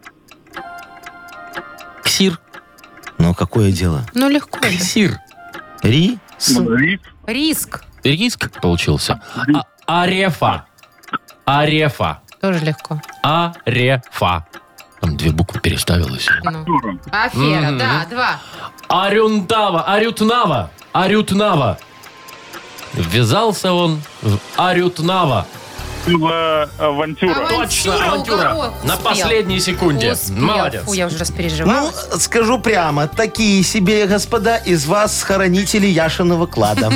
Ксир. Ну, какое дело? Ну, легко. же. Ксир. Рис? Риск. Риск получился. Арефа. Арефа. Тоже легко. Арефа. Там 2 буквы переставилось. Ну. Афера, да, 2. Арюнтава. Арютнава. Арютнава. Ввязался он в Арютнава. Авантюра. Точно, Авантюра, авантюра. уголок. На Успел. последней секунде. Успел. Молодец. Фу, я уже Ну, распереживалась. скажу прямо, такие себе, господа, из вас схоронители Яшиного клада.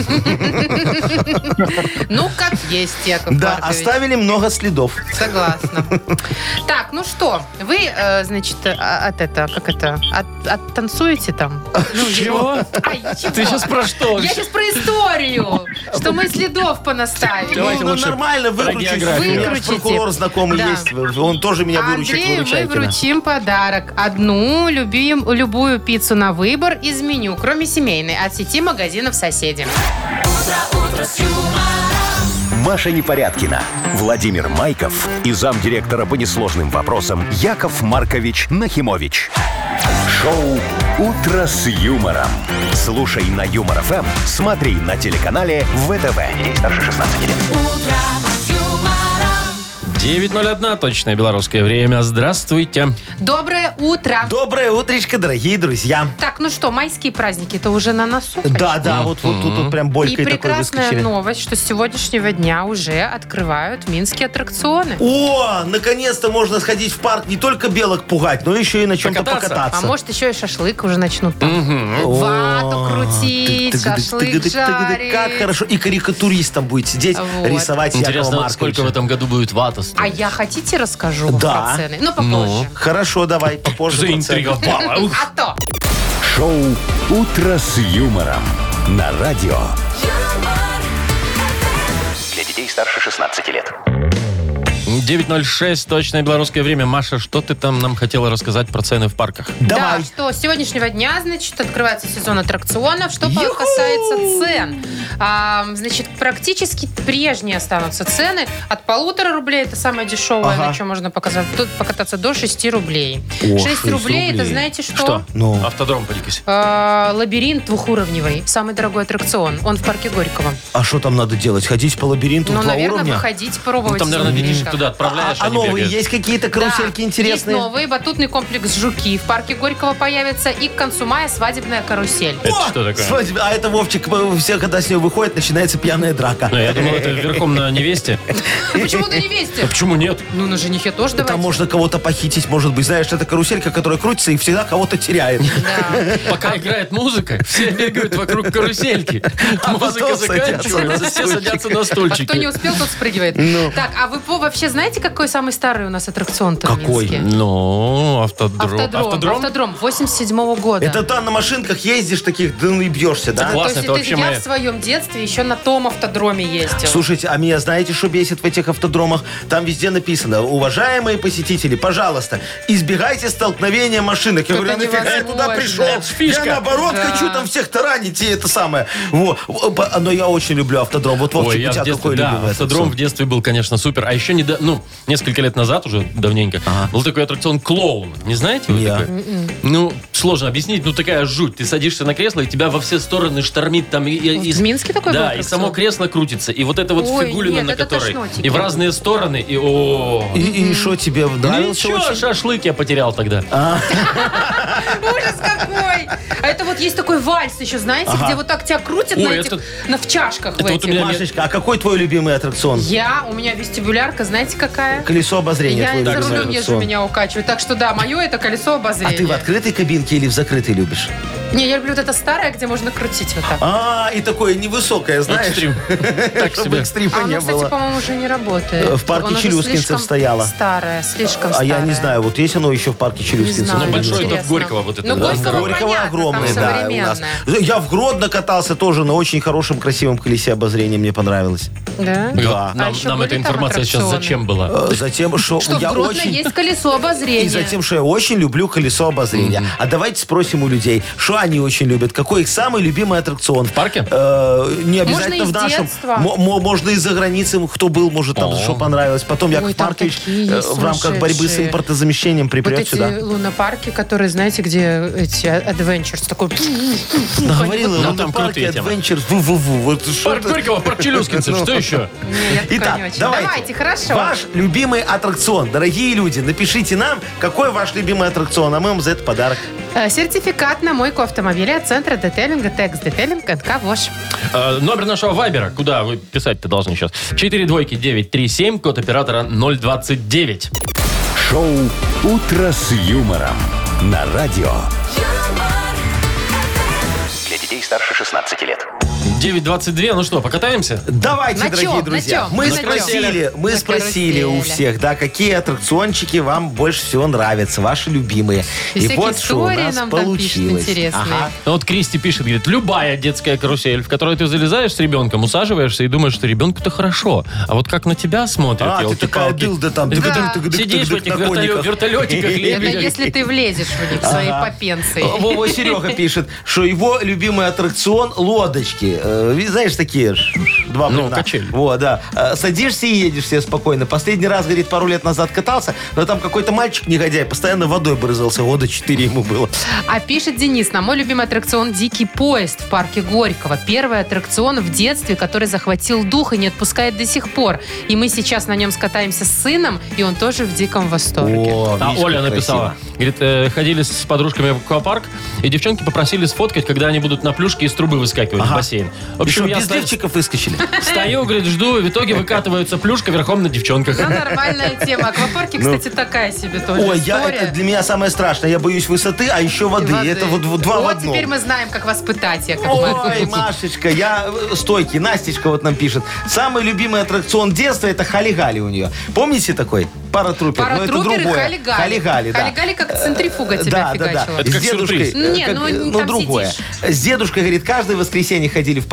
Ну, как есть, Яков Да, Маркович. оставили много следов. Согласна. Так, ну что, вы, значит, оттанцуете там? Ну, Чего? Ай, чего? Ты сейчас про что? Я сейчас про историю, что мы следов понаставили. Давайте Ну, лучше нормально про выкрутись. географию. У меня ж Выкрутите. прокурор знакомый Да. есть. Он тоже меня выручит. Андрею мы Выручайкино. вручим подарок. Одну любую пиццу на выбор из меню, кроме семейной, от сети магазинов «Соседи». Маша Непорядкина, Владимир Майков и замдиректора по несложным вопросам Яков Маркович Нахимович. Шоу «Утро с юмором». Слушай на Юмор ФМ, смотри на телеканале ВТВ. Ей старше 16 лет. 9:01, точное белорусское время. Здравствуйте. Доброе утро. Доброе утречко, дорогие друзья. Так, ну что, майские праздники-то уже на носу? Да, вот тут вот прям И болькой такой прекрасная выскочили. новость, что с сегодняшнего дня уже открывают минские аттракционы. О, наконец-то можно сходить в парк не только белок пугать, но еще и на чем-то Покататься. покататься. А может, еще и шашлык уже начнут там. Вату крутить, шашлык жарить. Как хорошо. И карикатуристом будет сидеть, Вот. рисовать Якова Интересно, Марковича. сколько в этом году будет вата стоить? А я хотите расскажу Да. про цены? Ну, попозже. Хорошо, давай, попозже. Заинтриговала. Ух. А то. Шоу «Утро с юмором» на радио. Для детей старше 16 лет. 9:06, точное белорусское время. Маша, что ты там нам хотела рассказать про цены в парках? Давай. Да, что с сегодняшнего дня, значит, открывается сезон аттракционов. Что касается цен, значит, практически прежние останутся цены. От 1,5 рублей, это самое дешевое, на чем можно покататься, до 6 рублей. 6 рублей, это знаете что? Что? Ну. Автодром, подикись. Лабиринт двухуровневый, самый дорогой аттракцион. Он в парке Горького. А что там надо делать? Ходить по лабиринту Ну, в 2 наверное, уровня? выходить, пробовать. Там, наверное, смотреть. детишек туда отправляешь, А они новые бегают. есть какие-то карусельки Да, интересные? есть новый батутный комплекс «Жуки». В парке Горького появится. И к концу мая свадебная карусель. Это что такое? Свадьба. А это, Вовчик, все, когда с нее выходит, начинается пьяная драка. Ну, я думал, это верхом на невесте. Почему на невесте? А почему нет? Ну, на женихе тоже Там давайте. можно кого-то похитить, может быть. Знаешь, это каруселька, которая крутится и всегда кого-то теряет. Да. Пока играет музыка, все бегают вокруг карусельки. Музыка потом садятся заканчивается, на все садятся на А кто не стульчики. успел, тот спрыгивает. Так, а вы вообще знаете, какой самый старый у нас аттракцион-то в Какой? Минске? Ну, автодром. Автодром 87-го года. Это там на машинках ездишь таких, да и бьешься, да? То Классно, есть это вообще я моя- в своем детстве еще на том автодроме ездила. Слушайте, а меня знаете, что бесит в этих автодромах? Там везде написано: уважаемые посетители, пожалуйста, избегайте столкновения машинок. Я Это говорю, а нафига я туда невозможно. пришел? Это ж фишка. Я наоборот Да. хочу там всех таранить и это самое. Вот. Но я очень люблю автодром. Вот, Вовчик, Ой, у я тебя в детстве, какой да, любимый автодром аттракцион? в детстве был, конечно, супер. А еще несколько лет назад, уже давненько, был такой аттракцион «Клоун». Не знаете? вы Не. такой? Ну, сложно объяснить, ну такая жуть. Ты садишься на кресло, и тебя во все стороны штормит там. В Минске такой был Да, и аттракцион? само кресло крутится. И вот это вот Ой, фигулина, нет, на это которой. тошнотики. И в разные стороны, и о. И что, тебе нравился Ничего, очень? шашлык я потерял тогда. Ужас какой! А это вот есть такой вальс еще, знаете, где вот так тебя крутят Ой, на этих, в чашках это в вот у этих. меня Машечка, а какой твой любимый аттракцион? У меня вестибулярка, знаете, какая? Колесо обозрения Я твой за любимый рулем езжу, аттракцион. меня укачивают. Так что да, мое это колесо А обозрения. ты в открытой кабинке или в закрытой любишь? Не, я люблю вот это старое, где можно крутить вот так. И такое невысокое, знаешь? Экстрим. Так Чтобы себе. экстрима А не оно, кстати, было. по-моему, уже не работает. В парке Оно же Челюскинцев слишком стояло. Старое, слишком А старое. я не знаю, вот есть оно еще в парке Челюскинцев? знаю. Ну, большое это в Интересно. Горького вот это. Ну, да, Горького здоровое. Горького понятно, огромный, там да, у нас. современное. Я в Гродно катался тоже на очень хорошем, красивом колесе обозрения, мне понравилось. Да? И вот Да. А Нам еще нам были эта там информация сейчас аттракционы? зачем была? Затем, что Что я в Гродно очень... есть колесо обозрения. И затем, что я очень люблю колесо обозрения. А давайте спросим у людей, что они очень любят, какой их самый любимый аттракцион. В парке? Не обязательно из в нашем. детства. Можно из-за границы, кто был, может, там что понравилось. Потом Яков Ой, там Маркович такие есть в рамках борьбы с сумасшедшие. импортозамещением Вот припрет эти сюда. лунопарки, которые, знаете, где эти adventures, такой... Наговорила, Ну, ну там там парки, крутые темы. Adventures, ву-ву-ву. Вот что Парк это? Горького, парк Челюскинцев, что еще? Нет, я Итак, такая не очень. давайте. Хорошо. Ваш любимый аттракцион. Дорогие люди, напишите нам, какой ваш любимый аттракцион, а мы вам за это подарок. Сертификат на мойку автомобиля от центра детейлинга «Текс Детейлинг» НК ВОЖ. Номер нашего вайбера, куда вы писать-то должны сейчас. 42937, код оператора 029. Шоу «Утро с юмором» на радио. Для детей старше 16 лет. 9.22, ну что, покатаемся? Давайте, На дорогие чем? друзья. На чем? Мы На спросили, чем? мы На спросили у карусели. всех, да, какие аттракциончики вам больше всего нравятся, ваши любимые. И всякие вот что у истории нас нам там пишут получилось. интересные. Ага. Ну, вот Кристи пишет, говорит, любая детская карусель, в которой ты залезаешь с ребенком, усаживаешься и думаешь, что ребенку-то хорошо. А вот как на тебя смотрят, А, ты такая елки-палки. дылда там. Ты Да. Сидишь в этих на кониках. вертолетиках, Это лебедях. если ты влезешь в них своей попенцией. Вова Серега пишет, что его любимый аттракцион — лодочки. Знаешь, такие два Ну, бревна. качели. Вот, да. Садишься и едешь себе спокойно. Последний раз, говорит, пару лет назад катался, но там какой-то мальчик-негодяй постоянно водой брызгался. Года 4 ему было. А пишет Денис, на мой любимый аттракцион «Дикий поезд» в парке Горького. Первый аттракцион в детстве, который захватил дух и не отпускает до сих пор. И мы сейчас на нем скатаемся с сыном, и он тоже в диком восторге. О, А видишь, Оля как написала, красиво. говорит, ходили с подружками в аквапарк, и девчонки попросили сфоткать, когда они будут на плюшке из трубы выскакивать в бассейн. В И что, общем, я без лифчиков выскочили? стою, говорит, жду, и в итоге выкатываются плюшка верхом на девчонках. Ну, нормальная тема. Аквапарки, кстати, такая себе тоже Ой, история. это для меня самое страшное. Я боюсь высоты, а еще воды. Это вот два в Вот одном. теперь мы знаем, как вас пытать, Яков Ой, Маркович. Машечка, я стойкий. Настечка вот нам пишет. Самый любимый аттракцион детства — это Хали-Гали у нее. Помните такой? Паратрупер. Но это Паратрупер и другое. Хали-Гали. Хали-Гали, да. Хали-Гали как центрифуга тебя Да. Это фигачила. как С дедушкой. сюрприз. Не, ну, там другое. сидишь. С дедушкой, говорит, каждое воскресенье ходили в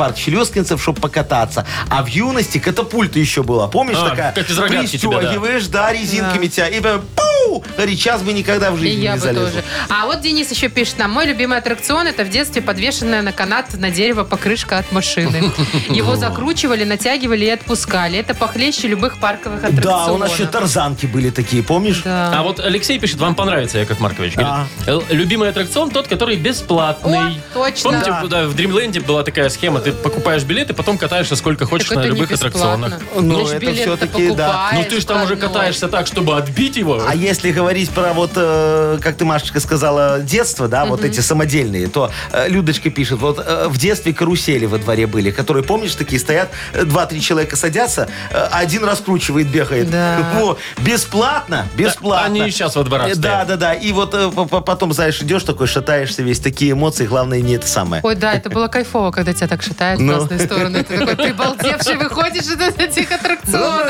парк Челюскинцев, чтобы покататься. А в юности катапульта еще была. Помнишь, такая? как из рогатки тебя, да. Пристегиваешь, да, резинками тебя. И прям пу! Говорит, сейчас бы никогда в И жизни я не бы залезла. тоже. А вот Денис еще пишет нам: мой любимый аттракцион — это в детстве подвешенная на канат на дерево покрышка от машины. Его закручивали, натягивали и отпускали. Это похлеще любых парковых аттракционов. Да, у нас еще тарзанки были такие, помнишь? Да. А вот Алексей пишет, вам понравится, Яков Маркович. Говорит, любимый аттракцион тот, который бесплатный. О, точно. Помните, да, в Дримленде была такая схема, ты покупаешь билет и потом катаешься сколько хочешь Так на это не любых бесплатно. аттракционах. Ну, Ты ж это билет-то всё-таки, да. покупаешь Ну ты же там уже входной. катаешься так, чтобы отбить его. А если говорить про вот, как ты, Машечка, сказала, детство, да, вот эти самодельные, то Людочка пишет, вот в детстве карусели во дворе были, которые, помнишь, такие стоят, 2-3 человека садятся, а один раскручивает, бегает. Да. Во, бесплатно, бесплатно. Они и сейчас во дворах Да, стоят. да, да. И вот потом, знаешь, идешь такой, шатаешься весь, такие эмоции, главное, не это самое. Ой, да, это было кайфово, когда тебя так шатает в Ну. разные стороны. Ты такой прибалдевший выходишь из этих аттракционов.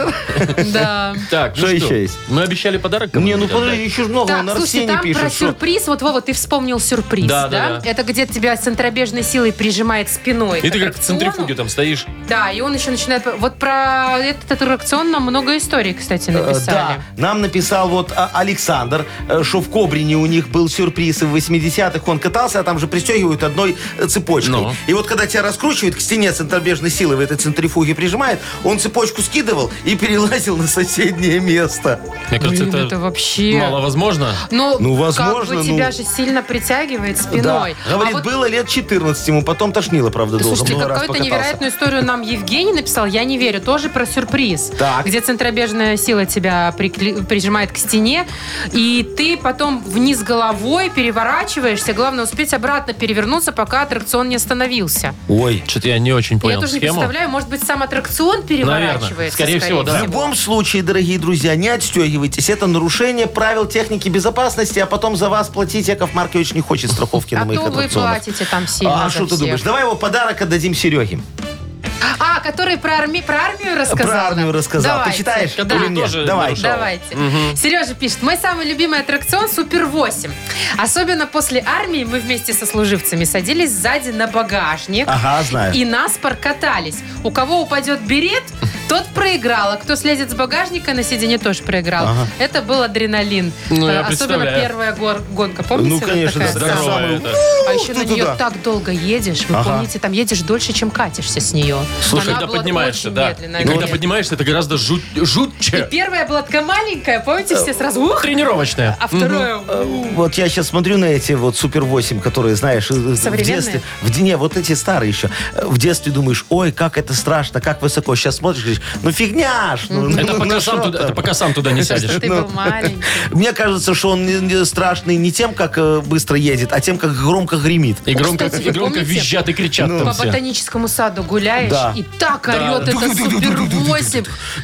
Да. Так, Что ну еще есть? Мы обещали подарок кому-нибудь Не, ну отдать? подожди, еще ж много, Так, он слушайте, Арсений там про пишет. что- сюрприз. Вот, Вова, ты вспомнил сюрприз, Да, да? да, да. Это где тебя центробежной силой прижимает спиной. И к ты как в аттракциону. центрифуге там стоишь. Да, и он еще начинает... Вот про этот аттракцион нам много историй, кстати, написали. Да, нам написал вот Александр, что в Кобрине у них был сюрприз, и в 80-х он катался, а там же пристегивают одной цепочкой. Ну. И вот когда тебя раскручивают, к стене центробежной силы в этой центрифуге прижимает, он цепочку скидывал и перелазил на соседнее место. Мне кажется, Блин, это это вообще... маловозможно. Ну, возможно, как бы тебя же сильно притягивает Да. спиной. Говорит, А вот- было лет 14 ему, потом тошнило, правда, долго. Слушайте, много раз какую-то покатался. невероятную историю нам Евгений написал, я не верю, тоже про сюрприз. Так. Где центробежная сила тебя прижимает к стене, и ты потом вниз головой переворачиваешься, главное успеть обратно перевернуться, пока аттракцион не остановился. Ой. Что-то я не очень Я понял тоже не схему. представляю, может быть, сам аттракцион переворачивается. Наверное. Скорее всего, да. В любом случае, дорогие друзья, не отстегивайтесь. Это нарушение правил техники безопасности, а потом за вас платить Яков Маркович не хочет страховки на А моих то вы аттракционах. платите там сильно А за что ты всех. думаешь? Давай его подарок отдадим Сереге. А, который про армию рассказал? Про армию нам? рассказал. Давайте. Почитаешь? Да. Или нет? тоже Давай. нарушал. Давайте. Сережа пишет. Мой самый любимый аттракцион Супер 8. Особенно после армии мы вместе со служивцами садились сзади на багажник. Ага, знаю. И наспор катались. У кого упадет берет, тот проиграл. А кто слезет с багажника на сиденье, тоже проиграл. Ага. Это был адреналин. Ну, я Особенно представляю. первая гонка. Помните? Ну, вот конечно, такая да, самая? Здоровая это. А еще на нее туда. так долго едешь. Вы Ага. помните, там едешь дольше, чем катишься с нее. Слушай, Она когда была поднимаешься, очень да. медленная, И когда конечно. поднимаешься, это гораздо жутче. Первая была такая маленькая, помните, все сразу ух, Тренировочная. а вторая... Вот я сейчас смотрю на эти вот Супер 8, которые, знаешь, в Современные? детстве... Не, вот эти старые еще. В детстве думаешь, ой, как это страшно, как высоко. Сейчас смотришь, говоришь, ну фигня ж. ну, Это ну, пока ну, сам что туда- там? это пока сам туда не сядешь. Ты был маленький. Мне кажется, что он не страшный не тем, как быстро едет, а тем, как громко гремит. И громко, Кстати, и громко помните, визжат и кричат там По все. ботаническому саду гуляешь, Да. и так орет это Супер 8.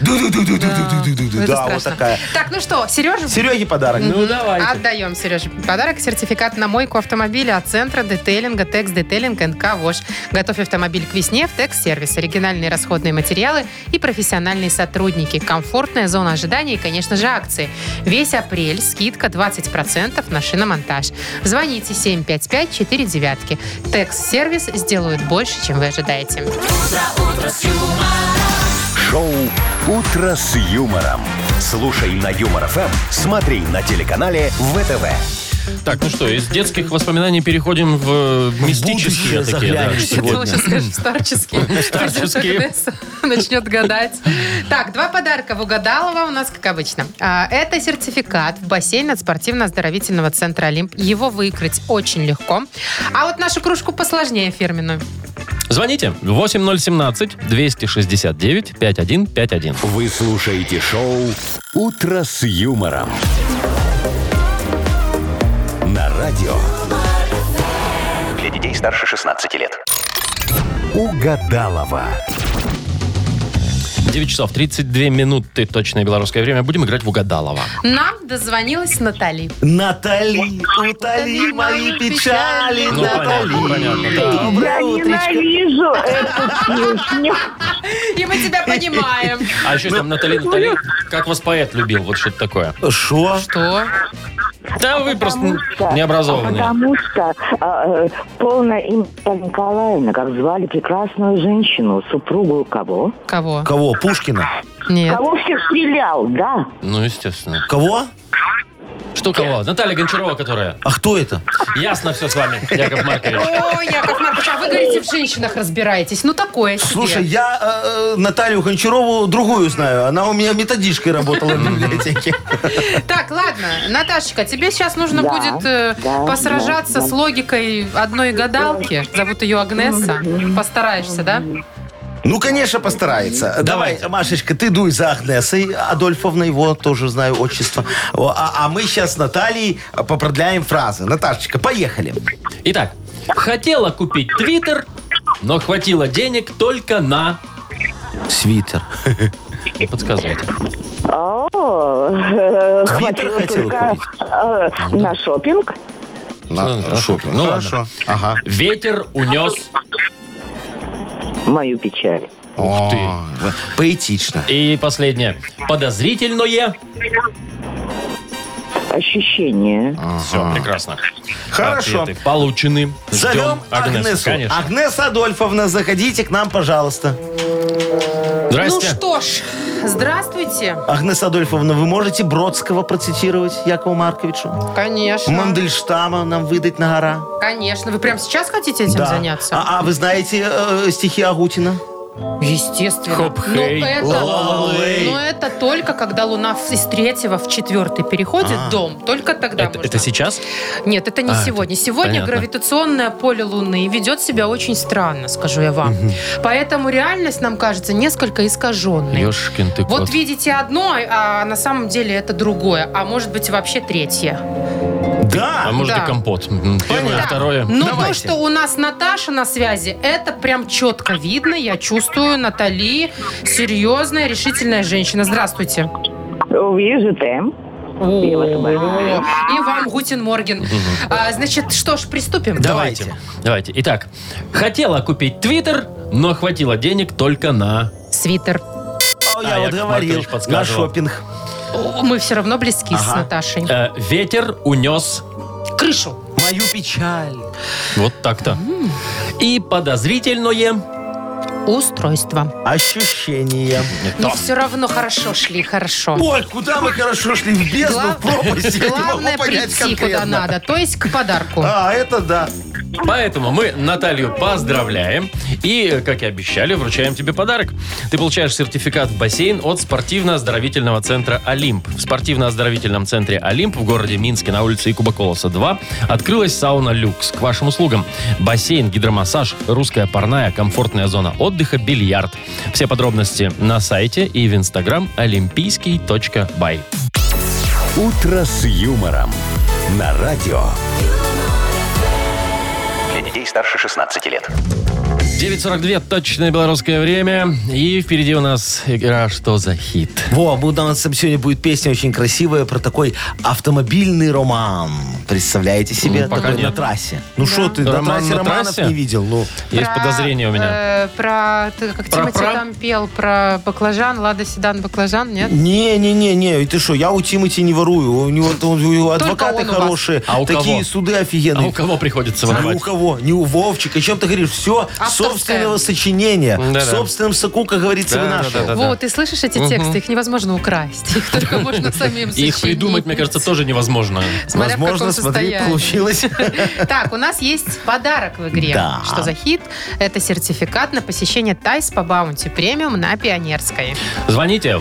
Это Да, вот страшно. такая. Так, ну что, Сережа? Сереге подарок. Ну, давайте. Отдаем, Сереже, подарок. Сертификат на мойку автомобиля от центра детейлинга «Текс Детейлинг НК ВОЖ». Готовь автомобиль к весне в Текс-сервис. Оригинальные расходные материалы и профессиональные сотрудники. Комфортная зона ожидания и, конечно же, акции. Весь апрель скидка 20% на шиномонтаж. Звоните 755-49. Текс-сервис сделают больше, чем вы ожидаете. Шоу «Утро с юмором». Слушай на Юмор ФМ, смотри на телеканале ВТВ. Так, ну что, из детских воспоминаний переходим в мистические будущее такие. Да. заглянем. Я думала, сейчас скажешь старческие. Старческие. Придет Агнеса, начнет гадать. Так, 2 подарка в Угадалово у нас, как обычно. Это сертификат в бассейн от спортивно-оздоровительного центра «Олимп». Его выиграть очень легко. А вот нашу кружку посложнее фирменную. Звоните 8017-269-5151. Вы слушаете шоу «Утро с юмором». На радио. Для детей старше 16 лет. Угадалова. 9 часов 32 минуты, точное белорусское время. Будем играть в Угадалова. Нам дозвонилась Натали. Натали, утоли мои печали. Ну, Натали. понятно, да. Доброе Я утречко. ненавижу эту песню. И мы тебя понимаем. А еще там Натали, как вас поэт любил, вот что-то такое. Шо? Что? Да вы просто что- необразованные. Потому что полное имя Николаевна, как звали прекрасную женщину, супругу кого? Кого? Кого? Пушкина? Нет. Кого всех стрелял, да? Ну, естественно. Кого? Что кого? Наталья Гончарова, которая. А кто это? Ясно все с вами, Яков Маркович. Ой, Яков Маркович, а вы говорите, в женщинах разбираетесь. Ну, такое себе. Слушай, я Наталью Гончарову другую знаю. Она у меня методичкой работала в библиотеке. Так, ладно, Наташечка, тебе сейчас нужно Да, будет да, посражаться да. с логикой одной гадалки. Зовут ее Агнеса. Постараешься, да? Ну, конечно, постарается. Давай, Машечка, ты дуй за Агнесой Адольфовной, его тоже знаю отчество. А мы сейчас с Натальей попродляем фразы. Наташечка, поехали. Итак, хотела купить Твиттер, но хватило денег только на... Свитер. Подсказывайте. Хватило хотела только на шопинг. На шопинг. Ну, Хорошо. ладно. Ага. Ветер унес... Мою печаль. Ух ты. Поэтично. И последнее. Подозрительное... Ощущение. Все, прекрасно. Хорошо. Ответы получены. Зовем Ждем Агнесу. конечно. Агнеса Адольфовна, заходите к нам, пожалуйста. Ну Здрасте. что ж, здравствуйте. Агнеса Адольфовна, вы можете Бродского процитировать Якову Марковичу? Конечно. Мандельштама нам выдать на гора? Конечно. Вы прямо сейчас хотите этим Да. заняться? А вы знаете стихи Агутина? Естественно. Хоп-хей, ла-ла-лей. Но это только когда Луна из 3-го в 4-й переходит дом. Только тогда можно. Это сейчас? Нет, это не сегодня. Сегодня понятно. гравитационное поле Луны ведет себя очень странно, скажу я вам. Поэтому реальность нам кажется несколько искаженной. Ёшкин ты кот. Вот видите одно, а на самом деле это другое. А может быть вообще третье. Да. А может Да. и компот. Первое, Да. второе. Но Давайте. то, что у нас Наташа на связи, это прям четко видно. Я чувствую, Натали серьезная, решительная женщина. Здравствуйте. Вижу тем. Я вас обожаю. И вам Гутен Морген. Значит, что ж, приступим? Давайте. Давайте. Итак, хотела купить Твиттер, но хватило денег только на... Свитер. Я вот Яков говорил, Маркович на подсказывал. шопинг. Мы все равно близки с Ага. Наташей. Ветер унес... Крышу. Мою печаль. Вот так-то. И подозрительное... Устройство. Ощущения. Но все равно хорошо шли, хорошо. Ой, куда мы хорошо шли? В бездну, в пропасть. Я не Главное могу понять прийти куда конкретно. надо, то есть к подарку. А, это да. Поэтому мы Наталью поздравляем и, как и обещали, вручаем тебе подарок. Ты получаешь сертификат в бассейн от спортивно-оздоровительного центра «Олимп». В спортивно-оздоровительном центре «Олимп» в городе Минске на улице Якуба Колоса 2 открылась сауна «Люкс». К вашим услугам бассейн, гидромассаж, русская парная, комфортная зона отдыха, бильярд. Все подробности на сайте и в инстаграм олимпийский.бай. «Утро с юмором» на радио. Для детей старше 16 лет. 9:42, точное белорусское время. И впереди у нас игра «Что за хит?». Во, у нас сегодня будет песня очень красивая про такой автомобильный роман. Представляете себе? Пока Такой нет. на трассе. Ну что ты, на Роман трассе на романов трассе? не видел? Ну, Есть подозрение у меня. Как Тимати там пел, про баклажан, Лада Седан, баклажан, нет? Не, ты что, я у Тимати не ворую. У него адвокаты он у вас. хорошие, А у такие кого? суды А офигенные. у кого приходится Ни у воровать? кого, не у Вовчика. О чем ты говоришь? Все Авторское. собственного сочинения. Да-да. В собственном соку, как говорится, Да, вынашивал. да-да-да. Вот, ты слышишь эти тексты? Их невозможно украсть. Их только можно самим Их сочинить. придумать, мне кажется, тоже невозможно. Смотря в Возможно, каком смотри, состоянии. получилось. Так, у нас есть подарок в игре. Да. Что за хит? Это сертификат на посещение Тайс по Баунти Премиум на Пионерской. Звоните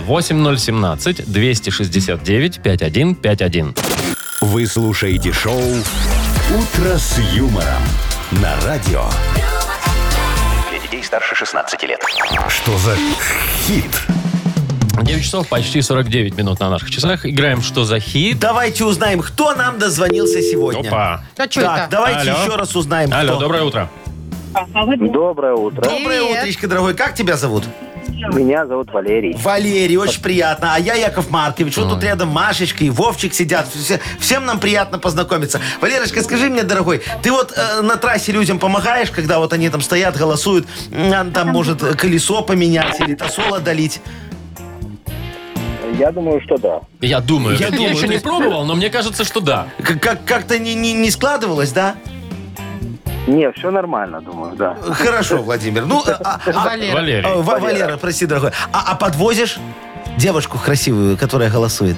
8017-269-5151. Вы слушаете шоу «Утро с юмором» на радио. Для детей старше 16 лет. Что за хит? 9 часов почти 49 минут на наших часах. Играем «Что за хит?». Давайте узнаем, кто нам дозвонился сегодня. Опа. А что Так, это? давайте Алло. еще раз узнаем, Алло, кто. доброе утро. Доброе утро. Доброе Привет. утречко, дорогой. Как тебя зовут? Меня зовут Валерий. Валерий, очень приятно. А я Яков Маркович. Вот тут рядом Машечка и Вовчик сидят. Всем нам приятно познакомиться. Валерочка, скажи мне, дорогой, ты вот на трассе людям помогаешь, когда вот они там стоят, голосуют, там, может, колесо поменять или тосол одолить? Я думаю, что да. Я думаю. Я Я думаю, еще не пробовал, но мне кажется, что да. Как-то не складывалось, да? Не, все нормально, думаю, да. Хорошо, Владимир. Ну, Валера. Валерий. Валера, прости, дорогой. А подвозишь девушку красивую, которая голосует?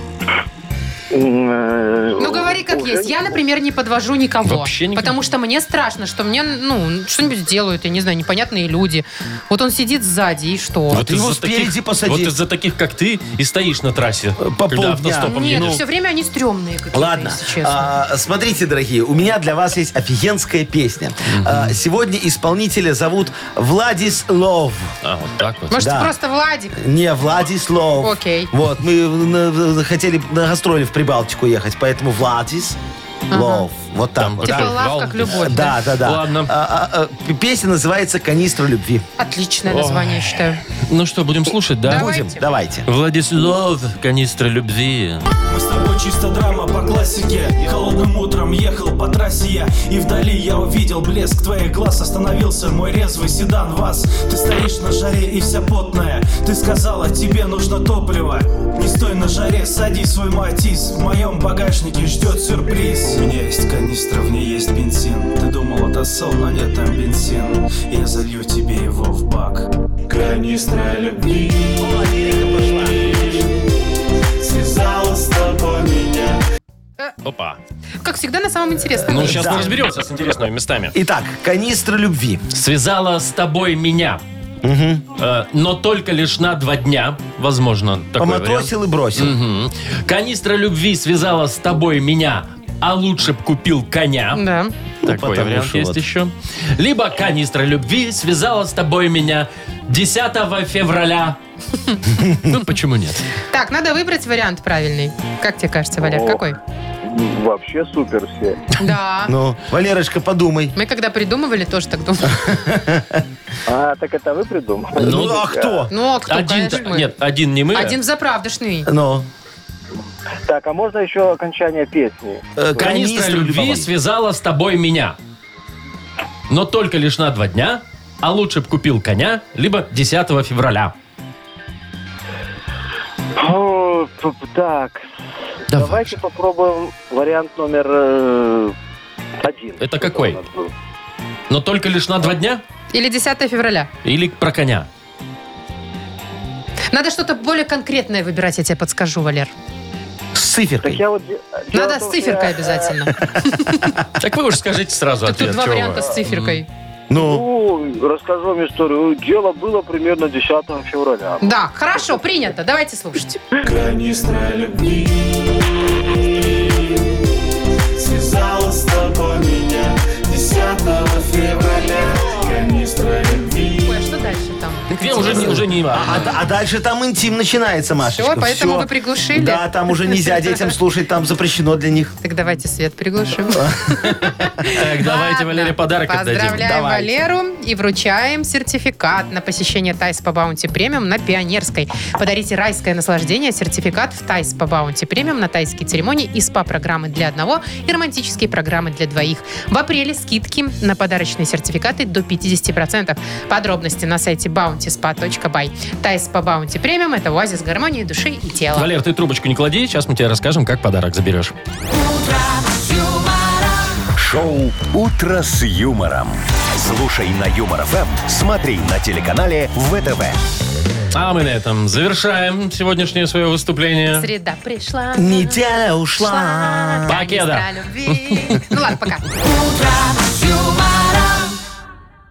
Ну, говори как Уже есть. Я, например, не подвожу никого. Вообще никого? Потому что мне страшно, что мне, что-нибудь сделают, я не знаю, непонятные люди. Вот он сидит сзади, и что? ты его спереди посади. Вот из-за таких, как ты, и стоишь на трассе. По когда полдня. автостопом Нет, едут. все время они стрёмные какие-то, Ладно, если честно. смотрите, дорогие, у меня для вас есть офигенская песня. Сегодня исполнителя зовут Владислав. А, вот так вот. Может, да. просто Владик? Не, Владислав. Окей. Вот, мы хотели на гастроли в Прибалтику ехать, поэтому Владислав. Вот так Там вот. Типа Да. лав как любовь. Да. Ладно. Песня называется «Канистра любви». Отличное название, я считаю. Ну что, будем слушать, да? Давайте. Будем? Давайте. Владислав, канистра любви. Мы с тобой чисто драма по классике. Холодным утром ехал по трассе я, и вдали я увидел блеск твоих глаз. Остановился мой резвый седан ВАЗ. Ты стоишь на жаре и вся потная. Ты сказала, тебе нужно топливо. Не стой на жаре, садись в свой Матис. В моем багажнике ждет сюрприз. У меня есть канистра, в ней есть бензин. Ты думал, это сол, но нет, там бензин. Я залью тебе его в бак. Канистра любви связала с тобой меня. Опа. Как всегда, на самом интересном. Ну, месте. сейчас мы разберемся с интересными местами. Итак, «Канистра любви». Связала с тобой меня. Но только лишь на 2 дня. Возможно, такой вариант. Поматросил и бросил. Мгм. Канистра любви связала с тобой меня, а лучше б купил коня. Да. Такой потому вариант что есть вот. еще. Либо канистра любви связала с тобой меня 10 февраля. Ну, почему нет? Так, надо выбрать вариант правильный. Как тебе кажется, Валер, О. какой? Вообще супер все. Да. Ну, Валерочка, подумай. Мы когда придумывали, тоже так думали. Так это вы придумали? Ну, а кто? Ну, а кто, Один, конечно, мы. нет, один не мы. Один заправдошный. Ну, Так, а можно еще окончание песни? Канистра любви связала с тобой меня. Но только лишь на 2 дня, а лучше б купил коня, либо 10 февраля. Так, Давай давайте попробуем вариант номер 1. Это какой? Но только лишь на 2 дня? Или 10 февраля. Или про коня? Надо что-то более конкретное выбирать, я тебе подскажу, Валер. с циферкой. Надо с циферкой обязательно. Так вы уж скажите сразу Так ответ. тут 2 чего вы? варианта с циферкой. Ну, расскажу вам историю. Дело было примерно 10 февраля. Да, хорошо, принято. Давайте слушать. Канистра любви связала с тобой меня 10 февраля. Канистра любви. Ой, а что дальше там? Уже не а дальше там интим начинается, Машечка. Все, поэтому Всё. вы приглушили? Да, там уже нельзя детям слушать, там запрещено для них. Так давайте свет приглушим. Так, давайте, Ладно. Валере, подарок отдадим. Поздравляем Давайте. Валеру и вручаем сертификат на посещение Тайс по Баунти Премиум на Пионерской. Подарите райское наслаждение, сертификат в Тайс по Баунти Премиум на тайские церемонии и СПА-программы для одного и романтические программы для 2. В апреле скидки на подарочные сертификаты до 50%. Подробности на сайте bountyspa.by. Тайс по Баунти Премиум – это оазис гармонии души и тела. Валер, ты трубочку не клади, сейчас мы тебе расскажем, как подарок заберешь. Шоу «Утро с юмором». Слушай на Юмор ФМ, смотри на телеканале ВТВ. А мы на этом завершаем сегодняшнее свое выступление. Среда пришла. Неделя ушла. Покеда. Канистра любви. Ну ладно, пока. Утро с юмором.